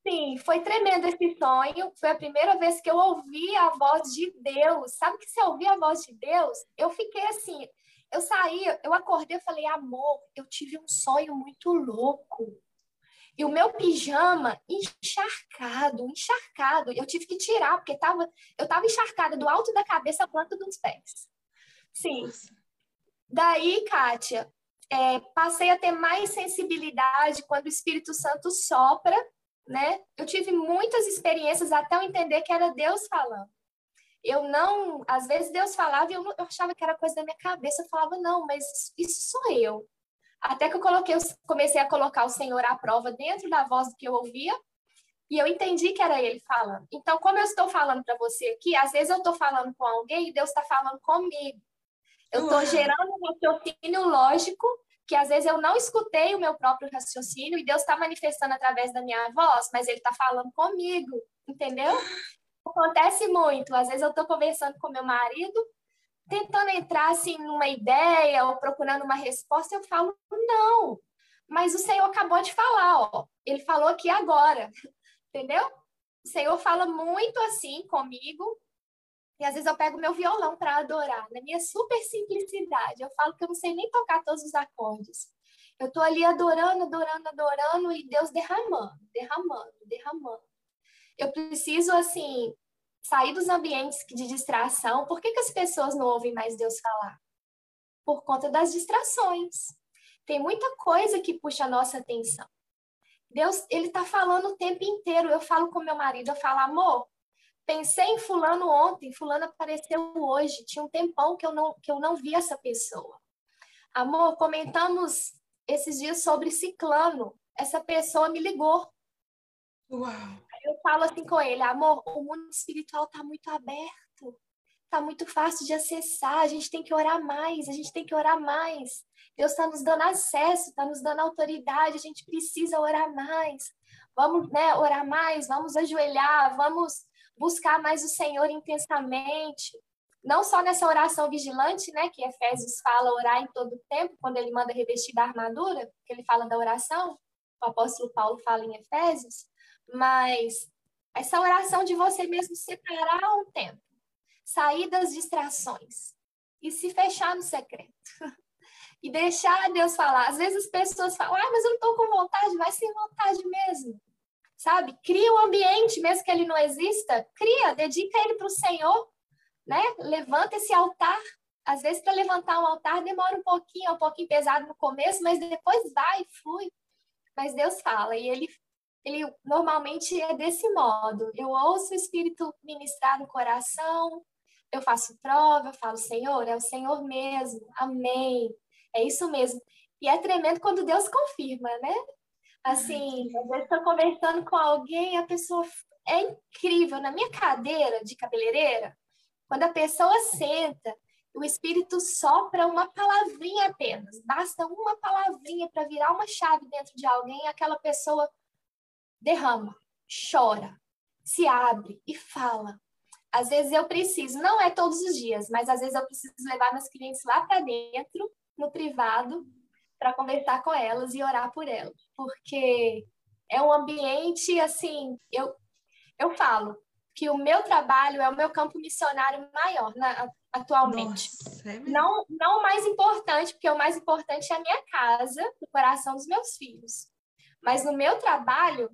Sim, foi tremendo esse sonho. Foi a primeira vez que eu ouvi a voz de Deus. Sabe que se eu ouvi a voz de Deus, eu fiquei assim, eu saí, eu acordei, eu falei, amor, eu tive um sonho muito louco. E o meu pijama encharcado, encharcado. Eu tive que tirar, porque eu estava encharcada do alto da cabeça à planta dos pés. Sim. Nossa. Daí, Kátia, passei a ter mais sensibilidade quando o Espírito Santo sopra, né? Eu tive muitas experiências até eu entender que era Deus falando. Eu não, às vezes Deus falava e eu achava que era coisa da minha cabeça. Eu falava, não, mas isso sou eu. Até que comecei a colocar o Senhor à prova dentro da voz que eu ouvia e eu entendi que era Ele falando. Então, como eu estou falando para você aqui, às vezes eu estou falando com alguém e Deus está falando comigo. Eu estou gerando um raciocínio lógico que às vezes eu não escutei o meu próprio raciocínio e Deus está manifestando através da minha voz, mas Ele está falando comigo, entendeu? Acontece muito. Às vezes eu estou conversando com meu marido, tentando entrar assim numa ideia ou procurando uma resposta, eu falo, não, mas o Senhor acabou de falar, ó. Ele falou aqui agora, entendeu? O Senhor fala muito assim comigo, e às vezes eu pego meu violão para adorar, na minha super simplicidade. Eu falo que eu não sei nem tocar todos os acordes. Eu tô ali adorando, adorando, adorando, e Deus derramando, derramando, derramando. Eu preciso, assim, sair dos ambientes de distração. Por que as pessoas não ouvem mais Deus falar? Por conta das distrações. Tem muita coisa que puxa a nossa atenção. Deus, Ele tá falando o tempo inteiro. Eu falo com meu marido, eu falo, amor, pensei em fulano ontem, fulano apareceu hoje. Tinha um tempão que eu não vi essa pessoa. Amor, comentamos esses dias sobre ciclano. Essa pessoa me ligou. Uau! Eu falo assim com ele, amor, o mundo espiritual está muito aberto, está muito fácil de acessar, a gente tem que orar mais, a gente tem que orar mais. Deus está nos dando acesso, está nos dando autoridade, a gente precisa orar mais. Vamos, né, orar mais, vamos ajoelhar, vamos buscar mais o Senhor intensamente. Não só nessa oração vigilante, né, que Efésios fala orar em todo o tempo, quando ele manda revestir da armadura, que ele fala da oração, o apóstolo Paulo fala em Efésios, mas essa oração de você mesmo separar um tempo, sair das distrações e se fechar no secreto. E deixar Deus falar. Às vezes as pessoas falam, mas eu não estou com vontade, vai sem vontade mesmo. Sabe? Cria um ambiente, mesmo que ele não exista, cria, dedica ele para o Senhor, né? Levanta esse altar. Às vezes, para levantar um altar, demora um pouquinho, é um pouquinho pesado no começo, mas depois vai, flui. Mas Deus fala, e ele normalmente é desse modo. Eu ouço o Espírito ministrar no coração, eu faço prova, eu falo, Senhor, é o Senhor mesmo, amém. É isso mesmo. E é tremendo quando Deus confirma, né? Assim, às vezes estou conversando com alguém, a pessoa é incrível. Na minha cadeira de cabeleireira, quando a pessoa senta, o Espírito sopra uma palavrinha apenas. Basta uma palavrinha para virar uma chave dentro de alguém, e aquela pessoa derrama, chora, se abre e fala. Às vezes eu preciso, não é todos os dias, mas às vezes eu preciso levar meus clientes lá para dentro, no privado, para conversar com elas e orar por elas. Porque é um ambiente, assim, eu falo que o meu trabalho é o meu campo missionário maior atualmente. Nossa, é mesmo? Não o mais importante, porque o mais importante é a minha casa, o coração dos meus filhos. Mas no meu trabalho,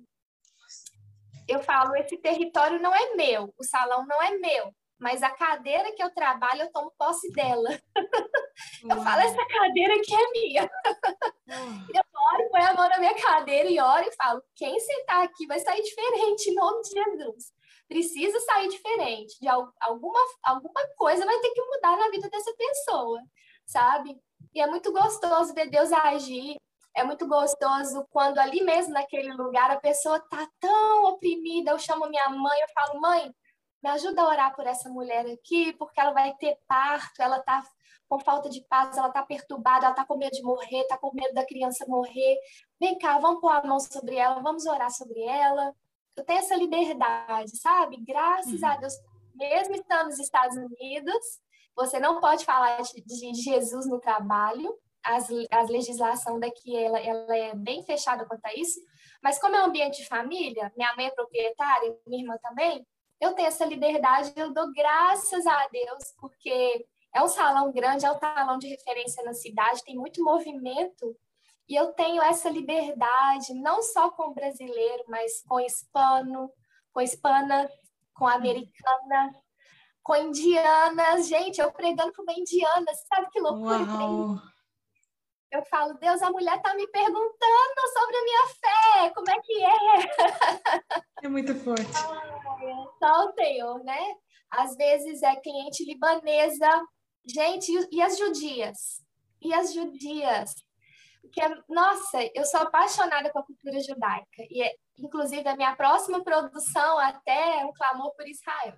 eu falo, esse território não é meu, o salão não é meu, mas a cadeira que eu trabalho, eu tomo posse dela. Eu falo, essa cadeira aqui é minha. Eu oro, põe a mão na minha cadeira e oro e falo, quem sentar aqui vai sair diferente, em nome de Jesus. Precisa sair diferente, de alguma coisa vai ter que mudar na vida dessa pessoa, sabe? E é muito gostoso ver Deus agir. É muito gostoso quando ali mesmo, naquele lugar, a pessoa tá tão oprimida. Eu chamo minha mãe, eu falo, mãe, me ajuda a orar por essa mulher aqui, porque ela vai ter parto, ela tá com falta de paz, ela tá perturbada, ela tá com medo de morrer, tá com medo da criança morrer. Vem cá, vamos pôr a mão sobre ela, vamos orar sobre ela. Eu tenho essa liberdade, sabe? Graças a Deus, mesmo estando nos Estados Unidos, você não pode falar de Jesus no trabalho. A legislação daqui ela é bem fechada quanto a isso, Mas como é um ambiente de família, minha mãe é proprietária, minha irmã também, eu tenho essa liberdade, eu dou graças a Deus, porque é um salão grande, é um salão de referência na cidade, tem muito movimento, e eu tenho essa liberdade, não só com o brasileiro, mas com hispano, com hispana, com americana, com indianas. Gente, eu pregando para uma indiana, sabe que loucura e trem? Uau! Eu falo, Deus, a mulher está me perguntando sobre a minha fé, como é que é? É muito forte. Só o Senhor, né? Às vezes é cliente libanesa. Gente, e as judias? E as judias? Porque, nossa, eu sou apaixonada com a cultura judaica. E, inclusive, a minha próxima produção até é um clamor por Israel.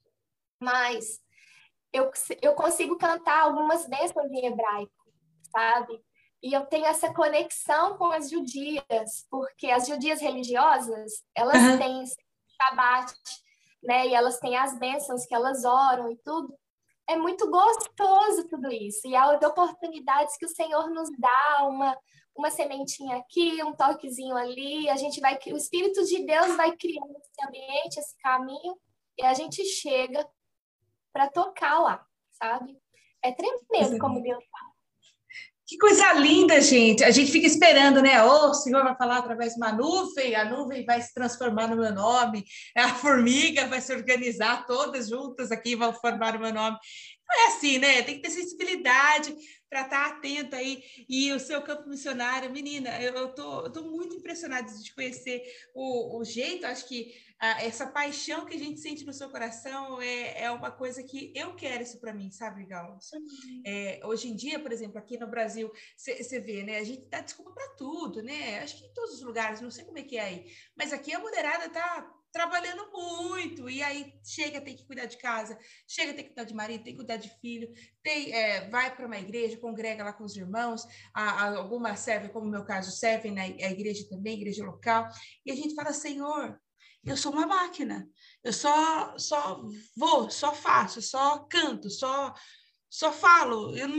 Mas eu consigo cantar algumas bênçãos em hebraico, sabe? E eu tenho essa conexão com as judias, porque as judias religiosas, elas Uhum. têm Shabat, né? E elas têm as bênçãos que elas oram e tudo. É muito gostoso tudo isso. E as oportunidades que o Senhor nos dá, uma sementinha aqui, um toquezinho ali, a gente vai, o Espírito de Deus vai criando esse ambiente, esse caminho, e a gente chega para tocar lá, sabe? É tremendo como Deus. Que coisa linda, gente. A gente fica esperando, né? Oh, o Senhor vai falar através de uma nuvem, a nuvem vai se transformar no meu nome, a formiga vai se organizar todas juntas aqui e vão formar o meu nome. Não é assim, né? Tem que ter sensibilidade para estar atento aí. E o seu campo missionário, menina, eu tô muito impressionada de te conhecer o jeito, acho que essa paixão que a gente sente no seu coração é uma coisa que eu quero isso para mim, sabe, Gal? Hoje em dia, por exemplo, aqui no Brasil, você vê, né? A gente dá desculpa para tudo, né? Acho que em todos os lugares, não sei como é que é aí, mas aqui a mulherada tá trabalhando muito, e aí chega, tem que cuidar de casa, chega, tem que cuidar de marido, tem que cuidar de filho, vai para uma igreja, congrega lá com os irmãos, algumas servem, como no meu caso, servem na igreja também, igreja local, e a gente fala, Senhor, eu sou uma máquina, eu só vou, só faço, só canto, só falo, eu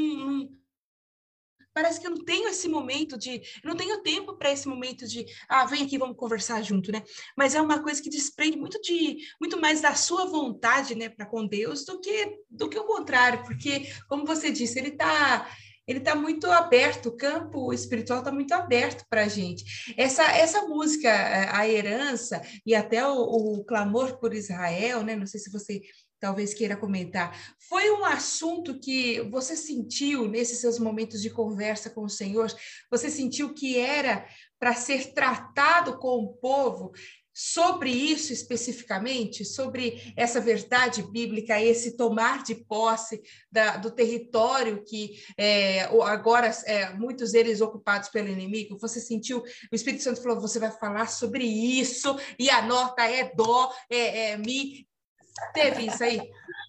parece que eu não tenho esse momento eu não tenho tempo para esse momento de, vem aqui, vamos conversar junto, né? Mas é uma coisa que desprende muito mais da sua vontade, né, para com Deus do que o contrário, porque, como você disse, ele tá muito aberto, o campo espiritual está muito aberto para a gente. Essa música, a herança e até o clamor por Israel, né? Não sei se você talvez queira comentar. Foi um assunto que você sentiu nesses seus momentos de conversa com o Senhor? Você sentiu que era para ser tratado com o povo sobre isso especificamente, sobre essa verdade bíblica, esse tomar de posse do território que agora muitos deles ocupados pelo inimigo? Você sentiu, o Espírito Santo falou, você vai falar sobre isso, e a nota é dó, mi. Teve isso aí?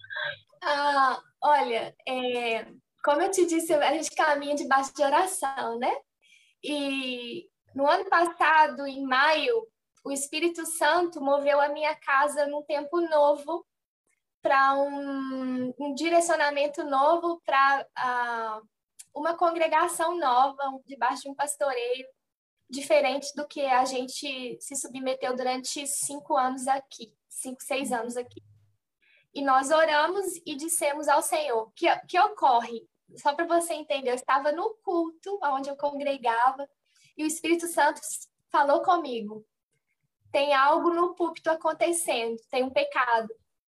Olha, como eu te disse, a gente caminha debaixo de oração, né? E no ano passado, em maio, o Espírito Santo moveu a minha casa num tempo novo, para um direcionamento novo, para uma congregação nova, debaixo de um pastoreio, diferente do que a gente se submeteu durante 5 anos aqui, 5, 6 anos aqui. E nós oramos e dissemos ao Senhor, que ocorre, só para você entender, eu estava no culto, onde eu congregava, e o Espírito Santo falou comigo, tem algo no púlpito acontecendo, tem um pecado.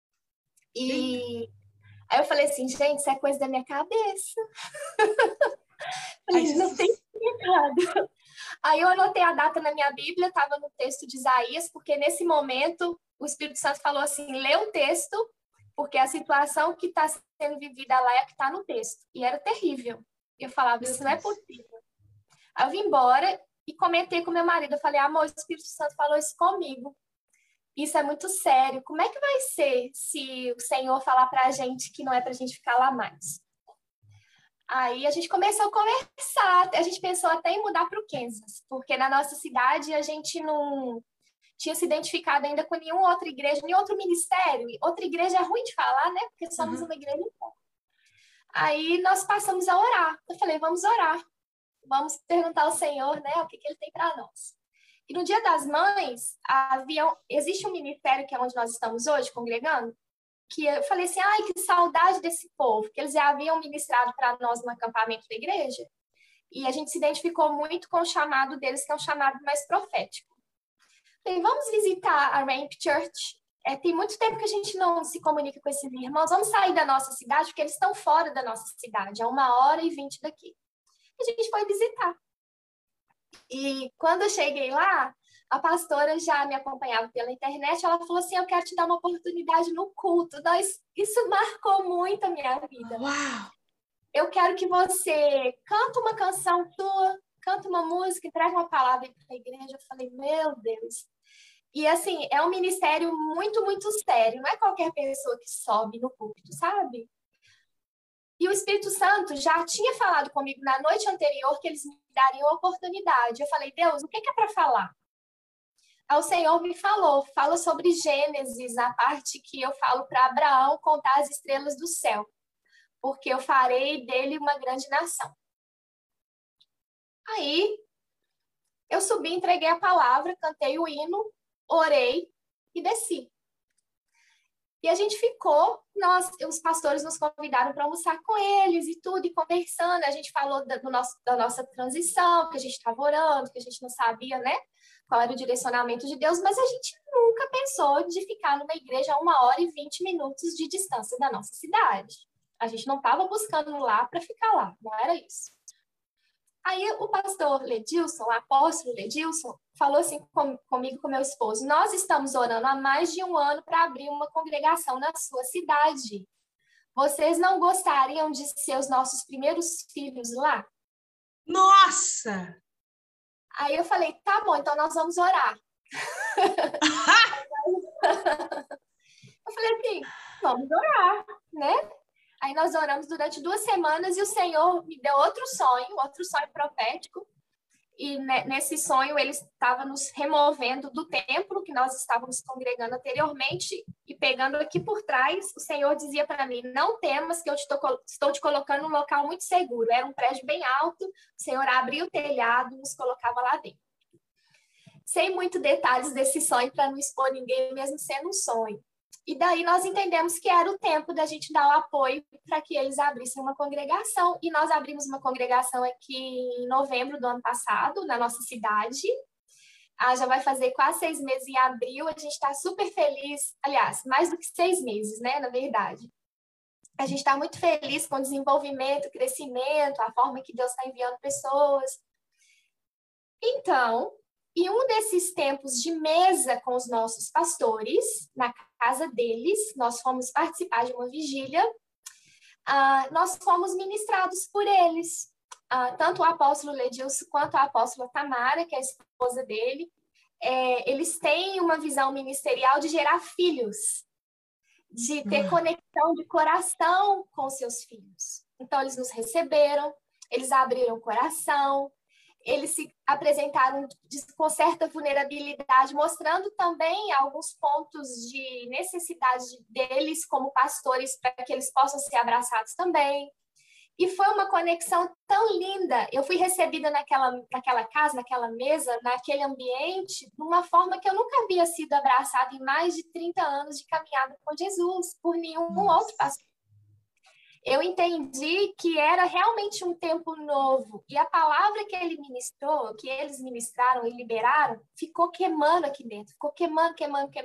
E aí eu falei assim, gente, isso é coisa da minha cabeça. Falei, não tem pecado. Aí eu anotei a data na minha Bíblia, estava no texto de Isaías, porque nesse momento o Espírito Santo falou assim, lê o texto, porque a situação que está sendo vivida lá é a que está no texto. E era terrível. Eu falava, isso não é possível. Aí eu vim embora e comentei com meu marido. Eu falei, amor, o Espírito Santo falou isso comigo. Isso é muito sério. Como é que vai ser se o Senhor falar para a gente que não é para a gente ficar lá mais? Aí a gente começou a conversar. A gente pensou até em mudar para o Kansas, porque na nossa cidade a gente não tinha se identificado ainda com nenhuma outra igreja, nenhum outro ministério. Outra igreja é ruim de falar, né? Porque somos uma igreja. Aí nós passamos a orar. Eu falei, vamos orar. Vamos perguntar ao Senhor, né? O que ele tem para nós. E no Dia das Mães, existe um ministério que é onde nós estamos hoje, congregando, que eu falei assim, ai, que saudade desse povo, que eles já haviam ministrado para nós no acampamento da igreja, e a gente se identificou muito com o chamado deles, que é um chamado mais profético. Falei, vamos visitar a Ramp Church. Tem muito tempo que a gente não se comunica com esses irmãos, vamos sair da nossa cidade, porque eles estão fora da nossa cidade, a 1h20 daqui. E a gente foi visitar. E quando eu cheguei lá, a pastora já me acompanhava pela internet, ela falou assim, eu quero te dar uma oportunidade no culto. Isso marcou muito a minha vida. Uau! Eu quero que você canta uma canção tua, canta uma música, traga uma palavra para a igreja. Eu falei, meu Deus. E assim, é um ministério muito, muito sério. Não é qualquer pessoa que sobe no púlpito, sabe? E o Espírito Santo já tinha falado comigo na noite anterior que eles me dariam a oportunidade. Eu falei, Deus, o que é para falar? Aí o Senhor me falou, fala sobre Gênesis, a parte que eu falo para Abraão contar as estrelas do céu, porque eu farei dele uma grande nação. Aí eu subi, entreguei a palavra, cantei o hino, orei e desci. E a gente ficou, os pastores nos convidaram para almoçar com eles e tudo, e conversando. A gente falou da nossa transição, que a gente estava orando, que a gente não sabia, né, qual era o direcionamento de Deus, mas a gente nunca pensou de ficar numa igreja a 1h20 de distância da nossa cidade. A gente não estava buscando lá para ficar lá, não era isso. Aí o pastor Ledilson, o apóstolo Ledilson, falou assim comigo, com meu esposo, nós estamos orando há mais de 1 ano para abrir uma congregação na sua cidade. Vocês não gostariam de ser os nossos primeiros filhos lá? Nossa! Aí eu falei, tá bom, então nós vamos orar. Eu falei assim, vamos orar, né? Aí nós oramos durante 2 semanas e o Senhor me deu outro sonho profético. E nesse sonho ele estava nos removendo do templo que nós estávamos congregando anteriormente e pegando aqui por trás, o Senhor dizia para mim, não temas que eu estou te colocando num local muito seguro. Era um prédio bem alto, o Senhor abria o telhado e nos colocava lá dentro. Sem muitos detalhes desse sonho para não expor ninguém, mesmo sendo um sonho. E daí nós entendemos que era o tempo da gente dar o apoio para que eles abrissem uma congregação. E nós abrimos uma congregação aqui em novembro do ano passado, na nossa cidade. Já vai fazer quase 6 meses em abril. A gente está super feliz. Aliás, mais do que 6 meses, né? Na verdade. A gente está muito feliz com o desenvolvimento, crescimento, a forma que Deus está enviando pessoas. Então, em um desses tempos de mesa com os nossos pastores, na casa deles, nós fomos participar de uma vigília, nós fomos ministrados por eles. Tanto o apóstolo Ledilson quanto a apóstola Tamara, que é a esposa dele, eles têm uma visão ministerial de gerar filhos, de ter conexão de coração com seus filhos. Então, eles nos receberam, eles abriram o coração, eles se apresentaram com certa vulnerabilidade, mostrando também alguns pontos de necessidade deles como pastores para que eles possam ser abraçados também. E foi uma conexão tão linda. Eu fui recebida naquela casa, naquela mesa, naquele ambiente, de uma forma que eu nunca havia sido abraçada em mais de 30 anos de caminhada com Jesus, por nenhum outro pastor. Eu entendi que era realmente um tempo novo. E a palavra que ele ministrou, que eles ministraram e liberaram, ficou queimando aqui dentro. Ficou queimando.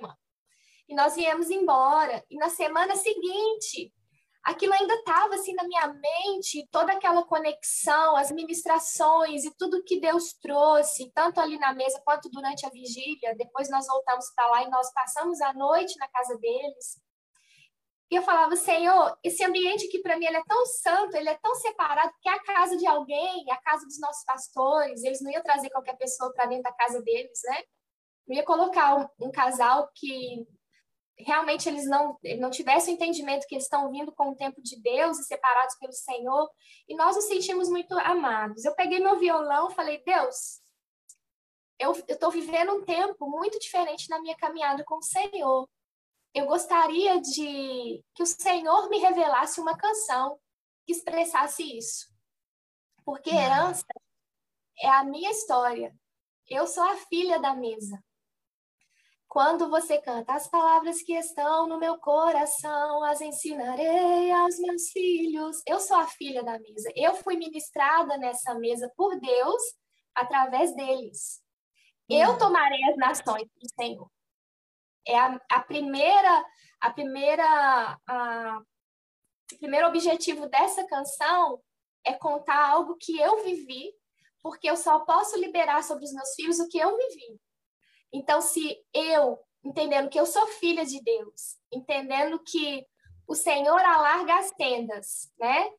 E nós viemos embora. E na semana seguinte, aquilo ainda estava assim na minha mente, toda aquela conexão, as ministrações e tudo que Deus trouxe, tanto ali na mesa quanto durante a vigília. Depois nós voltamos para lá e nós passamos a noite na casa deles. E eu falava, Senhor, esse ambiente aqui para mim ele é tão santo, ele é tão separado, que é a casa de alguém, é a casa dos nossos pastores, eles não iam trazer qualquer pessoa para dentro da casa deles, né? Não ia colocar um casal que realmente eles não tivessem o entendimento que eles estão vindo com o tempo de Deus e separados pelo Senhor, e nós nos sentimos muito amados. Eu peguei meu violão e falei, Deus, eu estou vivendo um tempo muito diferente na minha caminhada com o Senhor. Eu gostaria que o Senhor me revelasse uma canção que expressasse isso. Porque herança é a minha história. Eu sou a filha da mesa. Quando você canta, as palavras que estão no meu coração, as ensinarei aos meus filhos. Eu sou a filha da mesa. Eu fui ministrada nessa mesa por Deus através deles. Eu tomarei as nações do Senhor. É o primeiro objetivo dessa canção é contar algo que eu vivi, porque eu só posso liberar sobre os meus filhos o que eu vivi. Então, se eu, entendendo que eu sou filha de Deus, entendendo que o Senhor alarga as tendas, né?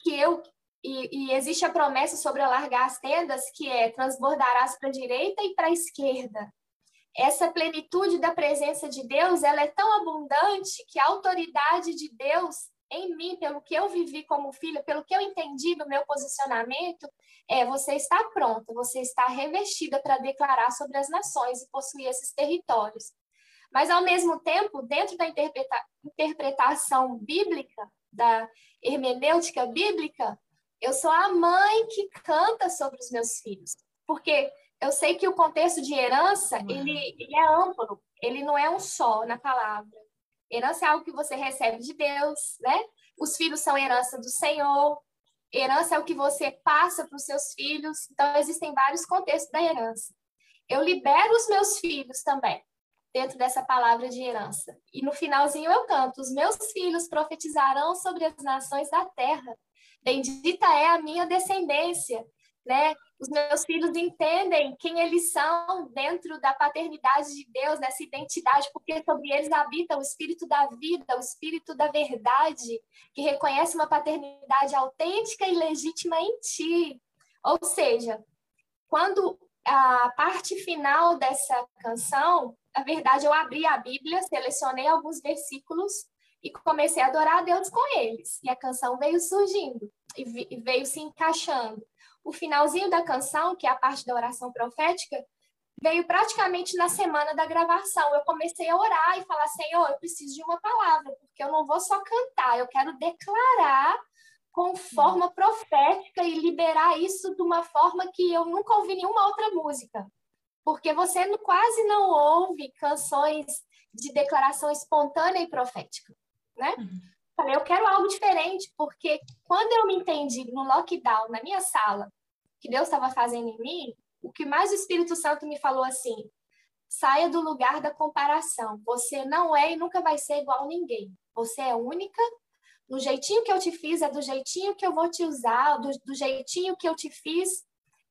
E existe a promessa sobre alargar as tendas, que é transbordarás para a direita e para a esquerda. Essa plenitude da presença de Deus, ela é tão abundante que a autoridade de Deus em mim, pelo que eu vivi como filha, pelo que eu entendi do meu posicionamento, você está pronta, você está revestida para declarar sobre as nações e possuir esses territórios. Mas, ao mesmo tempo, dentro da interpretação bíblica, da hermenêutica bíblica, eu sou a mãe que canta sobre os meus filhos. Porque eu sei que o contexto de herança, ele é amplo, ele não é um só na palavra. Herança é algo que você recebe de Deus, né? Os filhos são herança do Senhor. Herança é o que você passa para os seus filhos. Então, existem vários contextos da herança. Eu libero os meus filhos também, dentro dessa palavra de herança. E no finalzinho eu canto: os meus filhos profetizarão sobre as nações da terra. Bendita é a minha descendência, né? Os meus filhos entendem quem eles são dentro da paternidade de Deus, nessa identidade, porque sobre eles habita o Espírito da vida, o Espírito da verdade, que reconhece uma paternidade autêntica e legítima em ti. Ou seja, quando a parte final dessa canção, na verdade, eu abri a Bíblia, selecionei alguns versículos e comecei a adorar a Deus com eles. E a canção veio surgindo e veio se encaixando. O finalzinho da canção, que é a parte da oração profética, veio praticamente na semana da gravação. Eu comecei a orar e falar: Senhor, eu preciso de uma palavra, porque eu não vou só cantar, eu quero declarar com forma profética e liberar isso de uma forma que eu nunca ouvi nenhuma outra música. Porque você quase não ouve canções de declaração espontânea e profética, né? Falei, eu quero algo diferente, porque quando eu me entendi no lockdown, na minha sala, que Deus estava fazendo em mim, o que mais o Espírito Santo me falou assim: saia do lugar da comparação. Você não é e nunca vai ser igual a ninguém. Você é única. Do jeitinho que eu te fiz, é do jeitinho que eu vou te usar, do jeitinho que eu te fiz,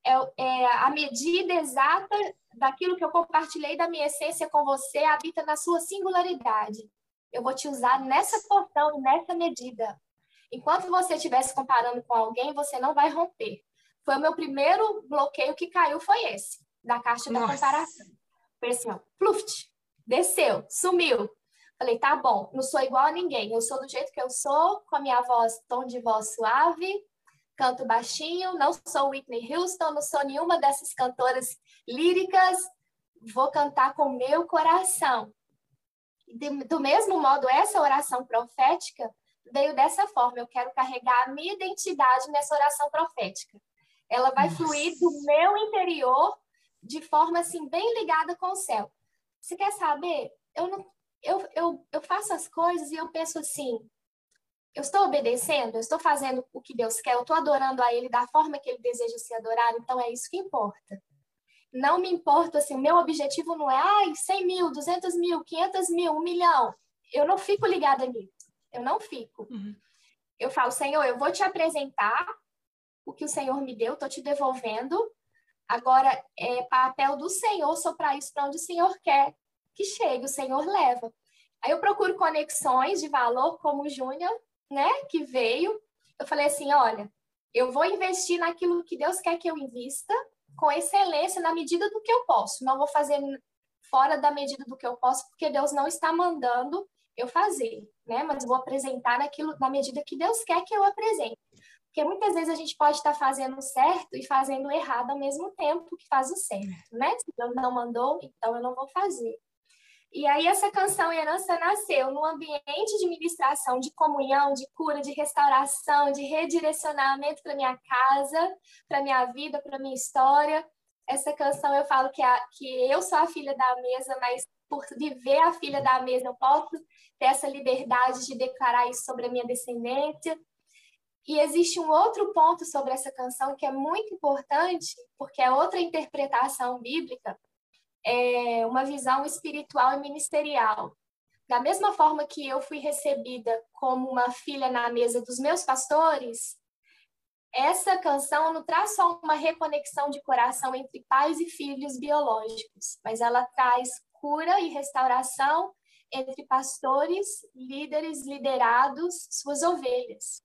é a medida exata daquilo que eu compartilhei da minha essência com você, habita na sua singularidade. Eu vou te usar nessa porção, nessa medida. Enquanto você estiver se comparando com alguém, você não vai romper. Foi o meu primeiro bloqueio que caiu, foi esse, da caixa da comparação. Foi assim, ó, pluft, desceu, sumiu. Falei, tá bom, não sou igual a ninguém. Eu sou do jeito que eu sou, com a minha voz, tom de voz suave, canto baixinho, não sou Whitney Houston, não sou nenhuma dessas cantoras líricas, vou cantar com o meu coração. Do mesmo modo, essa oração profética veio dessa forma: eu quero carregar a minha identidade nessa oração profética. Ela vai fluir do meu interior de forma assim, bem ligada com o céu. Você quer saber? Eu faço as coisas e eu penso assim: eu estou obedecendo, eu estou fazendo o que Deus quer, eu estou adorando a Ele da forma que Ele deseja ser adorado, então é isso que importa. Não me importa, assim, o meu objetivo não é 100 mil, 200 mil, 500 mil, 1 milhão. Eu não fico ligada nisso, eu não fico. Eu falo: Senhor, eu vou te apresentar o que o Senhor me deu, estou te devolvendo. Agora, é papel do Senhor soprar isso para onde o Senhor quer que chegue, o Senhor leva. Aí eu procuro conexões de valor, como o Júnior, né, que veio. Eu falei assim: olha, eu vou investir naquilo que Deus quer que eu invista, com excelência, na medida do que eu posso. Não vou fazer fora da medida do que eu posso, porque Deus não está mandando eu fazer, né? Mas vou apresentar naquilo, na medida que Deus quer que eu apresente. Porque muitas vezes a gente pode estar fazendo certo e fazendo errado ao mesmo tempo que faz o certo, né? Se Deus não mandou, então eu não vou fazer. E aí essa canção Herança nasceu num ambiente de ministração, de comunhão, de cura, de restauração, de redirecionamento para minha casa, para minha vida, para minha história. essa canção eu falo que eu sou a filha da mesa, mas por viver a filha da mesa, eu posso ter essa liberdade de declarar isso sobre a minha descendência. E existe um outro ponto sobre essa canção que é muito importante, porque é outra interpretação bíblica, é uma visão espiritual e ministerial. Da mesma forma que eu fui recebida como uma filha na mesa dos meus pastores, essa canção não traz só uma reconexão de coração entre pais e filhos biológicos, mas ela traz cura e restauração entre pastores, líderes, liderados, suas ovelhas.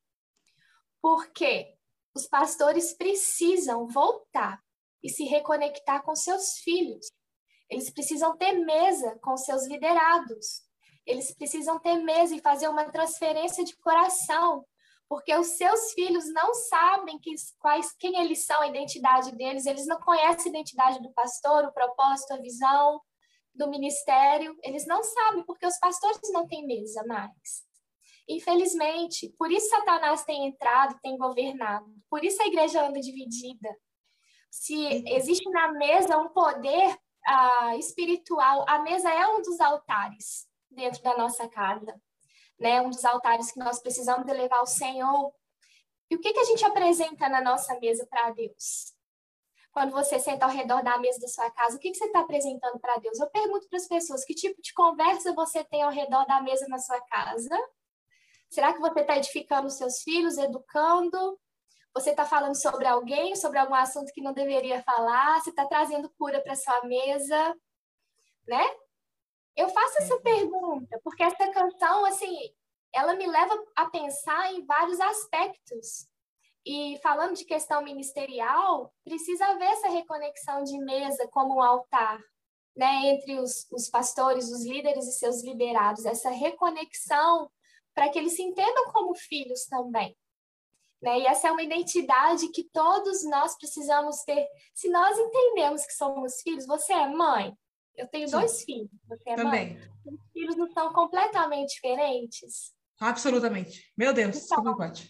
Porque os pastores precisam voltar e se reconectar com seus filhos. Eles precisam ter mesa com seus liderados. Eles precisam ter mesa e fazer uma transferência de coração, porque os seus filhos não sabem quem eles são, a identidade deles, eles não conhecem a identidade do pastor, o propósito, a visão do ministério, eles não sabem, porque os pastores não têm mesa mais. Infelizmente, por isso Satanás tem entrado, tem governado, por isso a igreja anda dividida. Se existe na mesa um poder espiritual, a mesa é um dos altares dentro da nossa casa, né? Um dos altares que nós precisamos elevar ao Senhor. E o que a gente apresenta na nossa mesa para Deus? Quando você senta ao redor da mesa da sua casa, o que você está apresentando para Deus? Eu pergunto para as pessoas, que tipo de conversa você tem ao redor da mesa na sua casa? Será que você está edificando os seus filhos, educando? Você está falando sobre alguém, sobre algum assunto que não deveria falar? Você está trazendo cura para sua mesa? Né? Eu faço essa pergunta, porque essa canção, assim, ela me leva a pensar em vários aspectos. E falando de questão ministerial, precisa haver essa reconexão de mesa como um altar, né, entre os pastores, os líderes e seus liderados, essa reconexão para que eles se entendam como filhos também. Né? E essa é uma identidade que todos nós precisamos ter. Se nós entendemos que somos filhos, você é mãe? Eu tenho Sim. 2 filhos. Você é Também. mãe? Os filhos não são completamente diferentes? Absolutamente. Meu Deus, Então, como pode?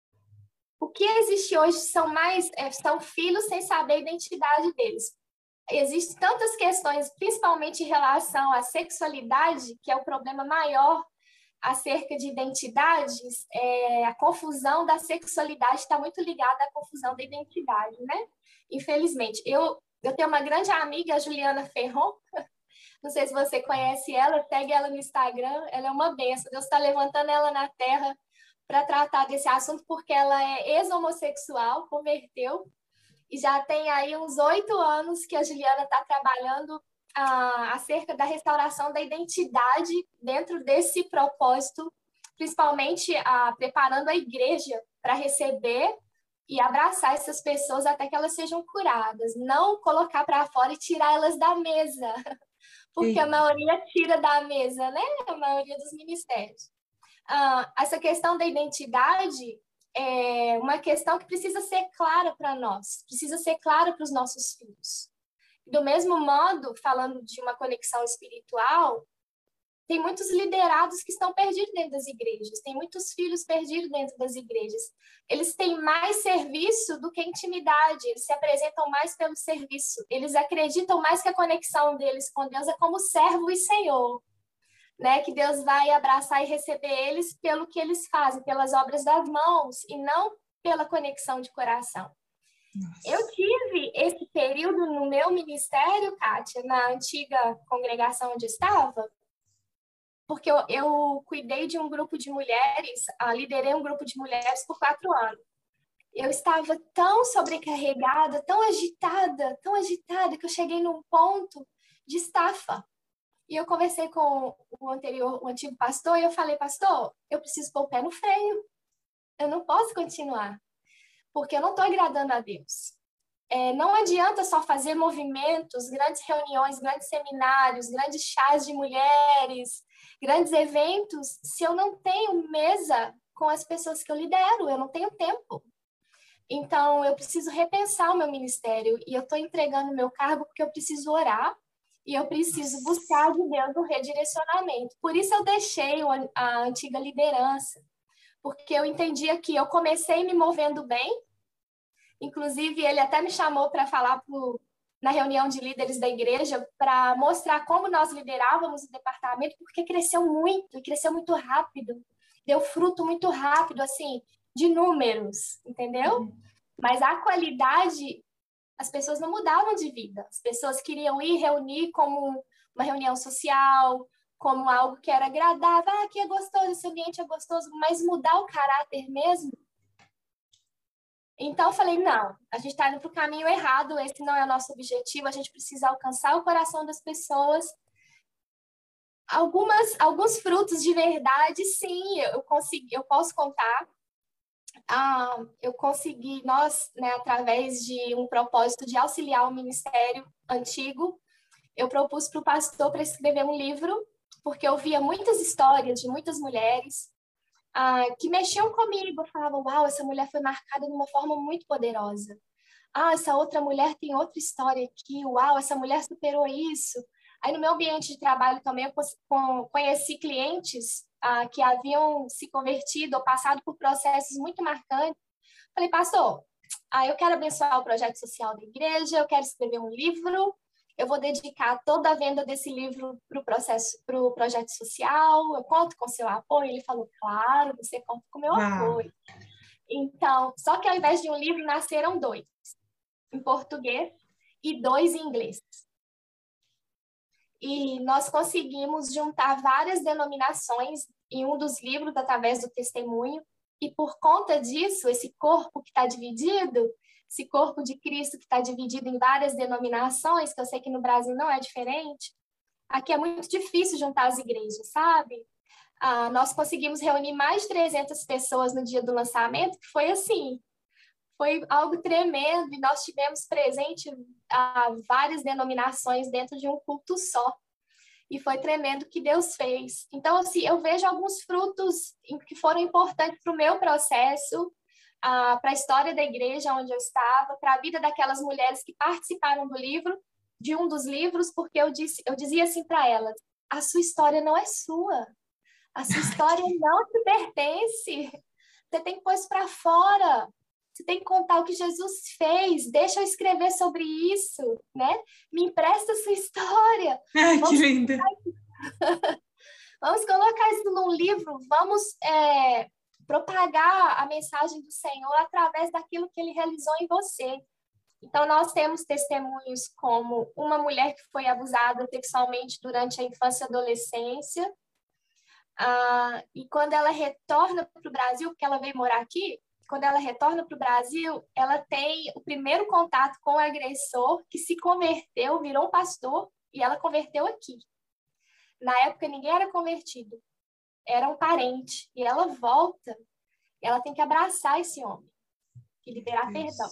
o que existe hoje são filhos sem saber a identidade deles. Existem tantas questões, principalmente em relação à sexualidade, que é o problema maior acerca de identidades. A confusão da sexualidade está muito ligada à confusão da identidade, né? Infelizmente. Eu tenho uma grande amiga, a Juliana Ferron, não sei se você conhece ela, segue ela no Instagram, ela é uma benção. Deus está levantando ela na terra para tratar desse assunto, porque ela é ex-homossexual, converteu, e já tem aí uns 8 anos que a Juliana está trabalhando acerca da restauração da identidade dentro desse propósito, principalmente preparando a igreja para receber e abraçar essas pessoas até que elas sejam curadas, não colocar para fora e tirar elas da mesa, porque a maioria tira da mesa, né? A maioria dos ministérios. Essa questão da identidade é uma questão que precisa ser clara para nós, precisa ser clara para os nossos filhos. Do mesmo modo, falando de uma conexão espiritual, tem muitos liderados que estão perdidos dentro das igrejas, tem muitos filhos perdidos dentro das igrejas. Eles têm mais serviço do que intimidade, eles se apresentam mais pelo serviço, eles acreditam mais que a conexão deles com Deus é como servo e Senhor, né? Que Deus vai abraçar e receber eles pelo que eles fazem, pelas obras das mãos, e não pela conexão de coração. Nossa. Eu tive esse período no meu ministério, Kátia, na antiga congregação onde estava, porque eu cuidei de um grupo de mulheres, liderei um grupo de mulheres por 4 anos. Eu estava tão sobrecarregada, tão agitada, que eu cheguei num ponto de estafa. E eu conversei com o antigo pastor, e eu falei, pastor, eu preciso pôr o pé no freio. Eu não posso continuar, porque eu não estou agradando a Deus. Não adianta só fazer movimentos, grandes reuniões, grandes seminários, grandes chás de mulheres, grandes eventos, se eu não tenho mesa com as pessoas que eu lidero, eu não tenho tempo. Então, eu preciso repensar o meu ministério, e eu estou entregando o meu cargo porque eu preciso orar, e eu preciso buscar de Deus um redirecionamento. Por isso eu deixei a antiga liderança, porque eu entendia que eu comecei me movendo bem. Inclusive, ele até me chamou para falar na reunião de líderes da igreja para mostrar como nós liderávamos o departamento, porque cresceu muito, e cresceu muito rápido. Deu fruto muito rápido, assim, de números, entendeu? Mas a qualidade, as pessoas não mudavam de vida. As pessoas queriam ir reunir como uma reunião social, como algo que era agradável. Ah, aqui é gostoso, esse ambiente é gostoso, mas mudar o caráter mesmo. Então, eu falei, não, a gente está indo para o caminho errado, esse não é o nosso objetivo, a gente precisa alcançar o coração das pessoas. Alguns frutos de verdade, sim, eu posso contar. Eu consegui, né, através de um propósito de auxiliar o ministério antigo, eu propus para o pastor para escrever um livro, porque eu via muitas histórias de muitas mulheres que mexiam comigo. Eu falava, uau, essa mulher foi marcada de uma forma muito poderosa. Essa outra mulher tem outra história aqui. Uau, essa mulher superou isso. Aí, no meu ambiente de trabalho também, eu conheci clientes que haviam se convertido ou passado por processos muito marcantes. Falei, pastor, eu quero abençoar o projeto social da igreja, eu quero escrever um livro, eu vou dedicar toda a venda desse livro para o projeto social, eu conto com seu apoio? Ele falou, claro, você conta com o meu apoio. Então, só que ao invés de um livro, nasceram 2, em português e 2 em inglês. E nós conseguimos juntar várias denominações em um dos livros através do testemunho, e por conta disso, esse corpo que está dividido, esse corpo de Cristo que está dividido em várias denominações, que eu sei que no Brasil não é diferente, aqui é muito difícil juntar as igrejas, sabe? Nós conseguimos reunir mais de 300 pessoas no dia do lançamento, que foi assim, foi algo tremendo, e nós tivemos presente várias denominações dentro de um culto só. E foi tremendo o que Deus fez. Então, assim, eu vejo alguns frutos que foram importantes para o meu processo, para a história da igreja onde eu estava, para a vida daquelas mulheres que participaram do livro, de um dos livros, porque eu dizia assim para elas, a sua história não é sua. A sua história não te pertence. Você tem que pôr isso para fora. Você tem que contar o que Jesus fez. Deixa eu escrever sobre isso, né? Me empresta a sua história. Que linda! Vamos colocar isso num livro. Vamos propagar a mensagem do Senhor através daquilo que Ele realizou em você. Então, nós temos testemunhos como uma mulher que foi abusada sexualmente durante a infância e adolescência. E quando ela retorna para o Brasil, porque ela veio morar aqui, quando ela retorna para o Brasil, ela tem o primeiro contato com o agressor, que se converteu, virou um pastor, e ela converteu aqui. Na época, ninguém era convertido, era um parente. E ela volta, ela tem que abraçar esse homem e liberar perdão.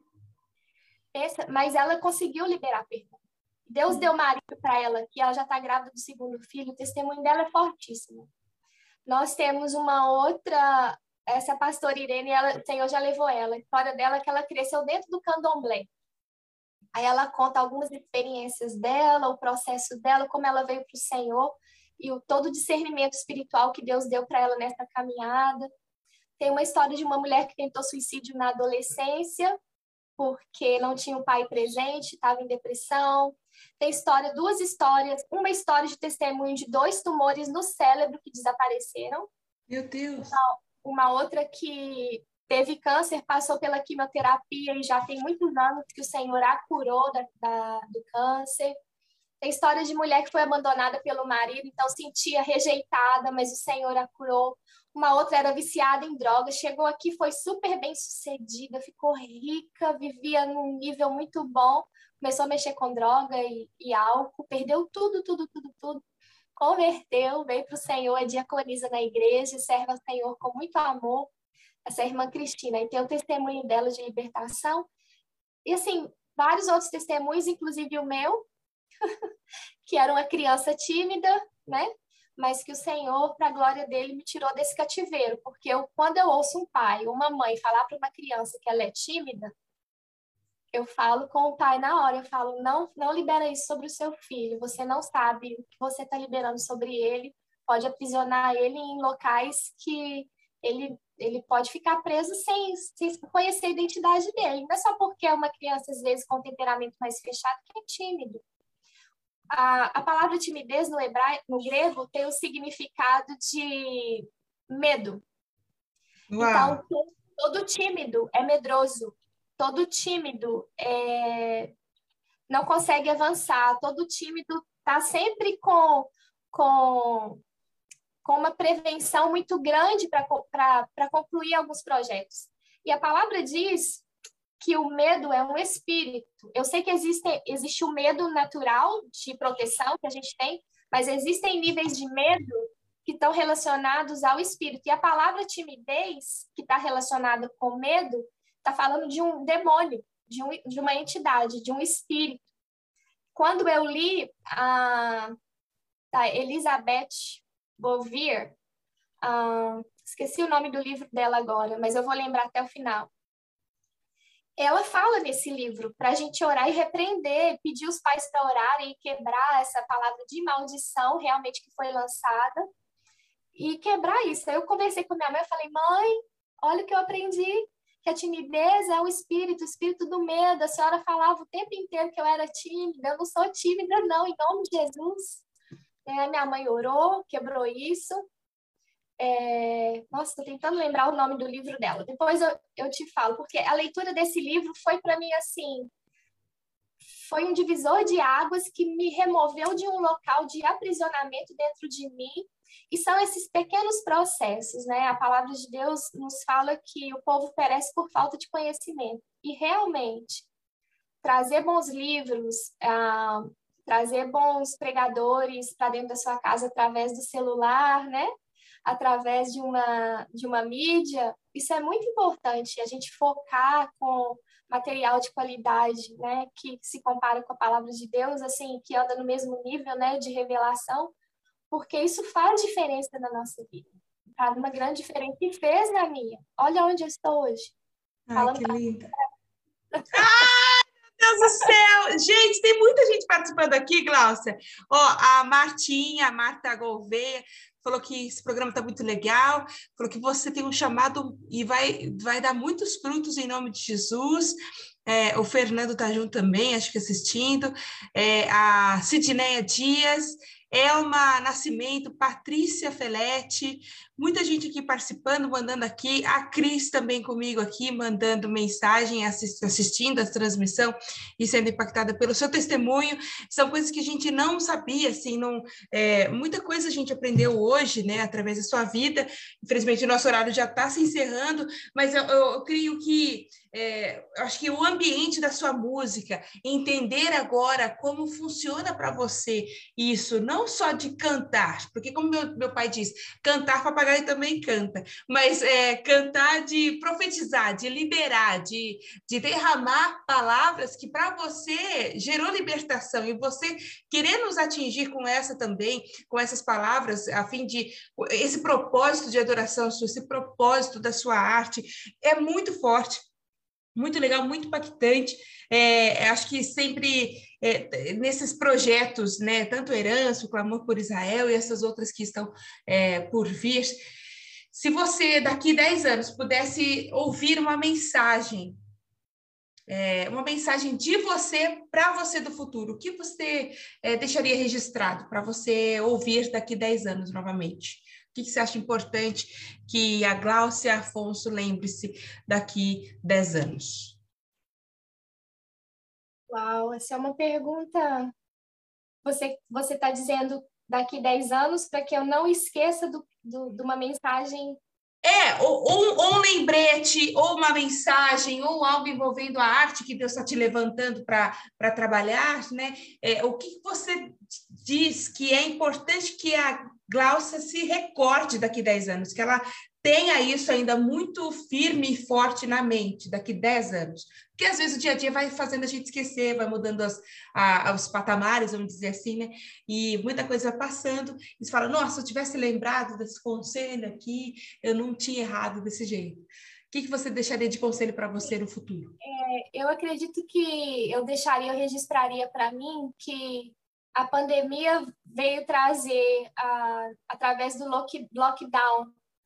Mas ela conseguiu liberar perdão. Deus deu marido para ela, que ela já está grávida do 2º filho, o testemunho dela é fortíssimo. Nós temos uma outra, essa pastora Irene, o Senhor já levou ela. A história dela é que ela cresceu dentro do candomblé. Aí ela conta algumas experiências dela, o processo dela, como ela veio para o Senhor e todo o discernimento espiritual que Deus deu para ela nessa caminhada. Tem uma história de uma mulher que tentou suicídio na adolescência, porque não tinha o pai presente, estava em depressão. Tem duas histórias, uma história de testemunho de 2 tumores no cérebro que desapareceram. Meu Deus! Uma outra que teve câncer, passou pela quimioterapia e já tem muitos anos que o Senhor a curou do câncer. Tem história de mulher que foi abandonada pelo marido, então sentia rejeitada, mas o Senhor a curou. Uma outra era viciada em drogas, chegou aqui, foi super bem sucedida, ficou rica, vivia num nível muito bom, começou a mexer com droga e álcool, perdeu tudo, converteu, veio para o Senhor, é diaconisa na igreja, serve ao Senhor com muito amor, essa irmã Cristina, e tem o testemunho dela de libertação, e assim, vários outros testemunhos, inclusive o meu, que era uma criança tímida, né? Mas que o Senhor, para a glória dele, me tirou desse cativeiro, porque quando eu ouço um pai ou uma mãe falar para uma criança que ela é tímida, eu falo com o pai na hora, eu falo, não libera isso sobre o seu filho, você não sabe o que você está liberando sobre ele, pode aprisionar ele em locais que ele Ele pode ficar preso sem conhecer a identidade dele. Não é só porque é uma criança, às vezes, com um temperamento mais fechado, que é tímido. A palavra timidez no grego tem o significado de medo. Uau! Então, todo tímido é medroso. Todo tímido não consegue avançar. Todo tímido está sempre com uma prevenção muito grande para concluir alguns projetos. E a palavra diz que o medo é um espírito. Eu sei que existe o medo natural de proteção que a gente tem, mas existem níveis de medo que estão relacionados ao espírito. E a palavra timidez, que está relacionada com medo, está falando de um demônio, de uma entidade, de um espírito. Quando eu li a Elizabeth Bovir, esqueci o nome do livro dela agora, mas eu vou lembrar até o final. Ela fala nesse livro para a gente orar e repreender, pedir os pais para orarem e quebrar essa palavra de maldição realmente que foi lançada e quebrar isso. Aí eu conversei com minha mãe e falei, mãe, olha o que eu aprendi, que a timidez é o espírito do medo. A senhora falava o tempo inteiro que eu era tímida, eu não sou tímida não, em nome de Jesus. Minha mãe orou, quebrou isso. Nossa, estou tentando lembrar o nome do livro dela. Depois eu te falo, porque a leitura desse livro foi para mim assim, foi um divisor de águas que me removeu de um local de aprisionamento dentro de mim. E são esses pequenos processos, né? A palavra de Deus nos fala que o povo perece por falta de conhecimento. E realmente, trazer bons livros, trazer bons pregadores para dentro da sua casa através do celular, né? Através de uma mídia, isso é muito importante, a gente focar com material de qualidade, né, que se compara com a palavra de Deus, assim, que anda no mesmo nível, né, de revelação, porque isso faz diferença na nossa vida, faz uma grande diferença, e fez na minha. Olha onde eu estou hoje. Ai, que lindo! Deus do céu! Gente, tem muita gente participando aqui, Gláucia. Ó, a Marta Gouveia, falou que esse programa está muito legal, falou que você tem um chamado e vai dar muitos frutos em nome de Jesus. O Fernando está junto também, acho que assistindo. A Sidneia Dias, Elma Nascimento, Patrícia Felete, muita gente aqui participando, mandando aqui, a Cris também comigo aqui, mandando mensagem, assistindo a transmissão e sendo impactada pelo seu testemunho. São coisas que a gente não sabia, assim, muita coisa a gente aprendeu hoje, né, através da sua vida. Infelizmente, o nosso horário já está se encerrando, mas eu creio que acho que o ambiente da sua música, entender agora como funciona para você isso, não só de cantar, porque como meu pai diz, cantar papagaio também canta, mas cantar de profetizar, de liberar, de derramar palavras que para você gerou libertação, e você querer nos atingir com essa também, com essas palavras, a fim de esse propósito de adoração, esse propósito da sua arte, é muito forte. Muito legal, muito impactante. Acho que sempre nesses projetos, né, tanto Herança, o Clamor por Israel e essas outras que estão por vir, se você daqui 10 anos pudesse ouvir uma mensagem de você para você do futuro, o que você deixaria registrado para você ouvir daqui 10 anos novamente? O que você acha importante que a Gláucia Afonso lembre-se daqui 10 anos? Uau, essa é uma pergunta. Você está dizendo daqui 10 anos para que eu não esqueça de uma mensagem. Ou um lembrete, ou uma mensagem, ou algo envolvendo a arte que Deus está te levantando para trabalhar, né? O que você diz que é importante que a Gláucia se recorde daqui 10 anos, que ela tenha isso ainda muito firme e forte na mente daqui 10 anos. Porque às vezes o dia a dia vai fazendo a gente esquecer, vai mudando os patamares, vamos dizer assim, né? E muita coisa vai passando, e você fala, nossa, se eu tivesse lembrado desse conselho aqui, eu não tinha errado desse jeito. O que você deixaria de conselho para você no futuro? Eu acredito que eu registraria para mim que a pandemia veio trazer, através do lockdown,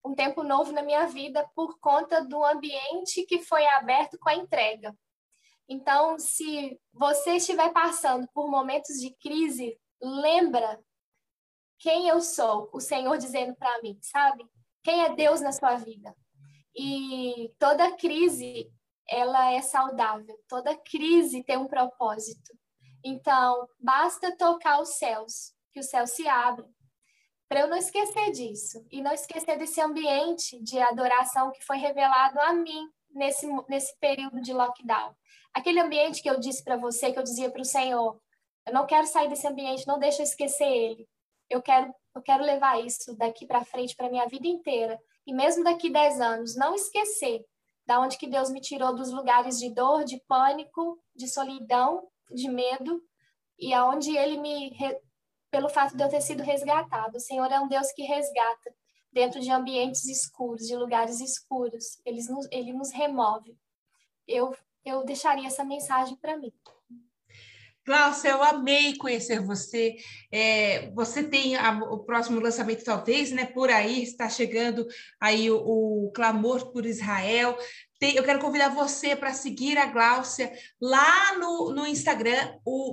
um tempo novo na minha vida por conta do ambiente que foi aberto com a entrega. Então, se você estiver passando por momentos de crise, lembra quem eu sou, o Senhor dizendo para mim, sabe? Quem é Deus na sua vida? E toda crise, ela é saudável. Toda crise tem um propósito. Então, basta tocar os céus, que os céus se abrem, para eu não esquecer disso e não esquecer desse ambiente de adoração que foi revelado a mim nesse período de lockdown. Aquele ambiente que eu disse para você, que eu dizia para o Senhor, eu não quero sair desse ambiente, não deixa eu esquecer ele. Eu quero levar isso daqui para frente para minha vida inteira. E mesmo daqui 10 anos, não esquecer da onde que Deus me tirou dos lugares de dor, de pânico, de solidão, de medo, e aonde ele pelo fato de eu ter sido resgatado. O Senhor é um Deus que resgata dentro de ambientes escuros, de lugares escuros. Ele nos remove. Eu deixaria essa mensagem para mim. Glaucia, eu amei conhecer você. Você tem o próximo lançamento, talvez, né? Por aí está chegando aí o Clamor por Israel. Eu quero convidar você para seguir a Glaucia lá no Instagram, o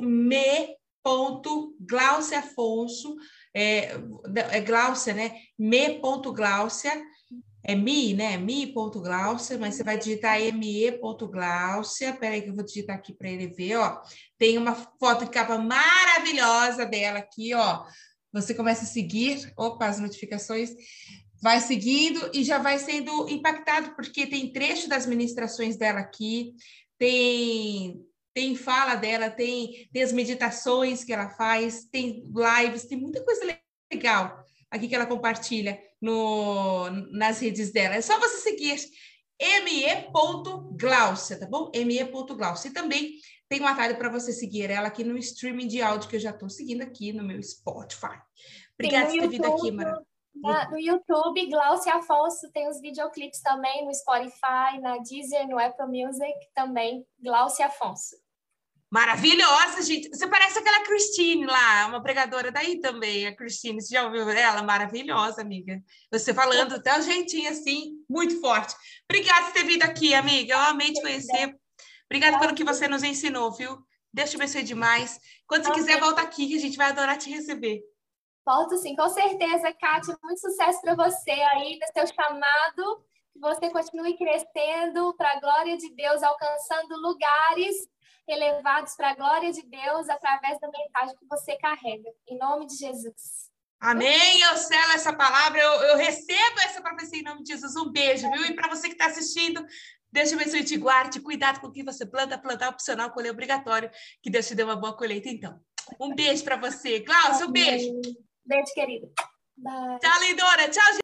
me.glauciafonso. É Glaucia, né? me.glaucia. É Mi, né? Mi.glaucia, mas você vai digitar me.glaucia. Espera aí que eu vou digitar aqui para ele ver, ó. Tem uma foto de capa maravilhosa dela aqui, ó. Você começa a seguir, opa, as notificações, vai seguindo e já vai sendo impactado, porque tem trecho das ministrações dela aqui, tem fala dela, tem as meditações que ela faz, tem lives, tem muita coisa legal aqui que ela compartilha nas redes dela. É só você seguir me.glaucia, tá bom? me.glaucia. E também tem um atalho para você seguir ela aqui no streaming de áudio que eu já estou seguindo aqui no meu Spotify. Obrigada por ter vindo aqui, Mara. No YouTube, Glaucia Afonso, tem os videoclipes também no Spotify, na Deezer, no Apple Music também, Glaucia Afonso. Maravilhosa, gente. Você parece aquela Christine lá, uma pregadora daí também, a Christine. Você já ouviu ela? Maravilhosa, amiga. Você falando até um jeitinho assim, muito forte. Obrigada por ter vindo aqui, amiga. Eu amei te conhecer. Obrigada pelo que você nos ensinou, viu? Deus te abençoe demais. Quando você quiser, volta aqui, que a gente vai adorar te receber. Volto sim, com certeza, Kátia. Muito sucesso para você aí, no seu chamado. Que você continue crescendo para a glória de Deus, alcançando lugares elevados para a glória de Deus através da mensagem que você carrega. Em nome de Jesus. Amém, eu selo essa palavra, eu recebo essa profecia em nome de Jesus. Um beijo, viu? E para você que está assistindo, Deus te abençoe, te guarde, cuidado com o que você planta, plantar opcional, colher obrigatório, que Deus te dê uma boa colheita, então. Um beijo para você. Glaucia, um beijo. Beijo, querida. Bye. Tchau, lindona. Tchau, gente.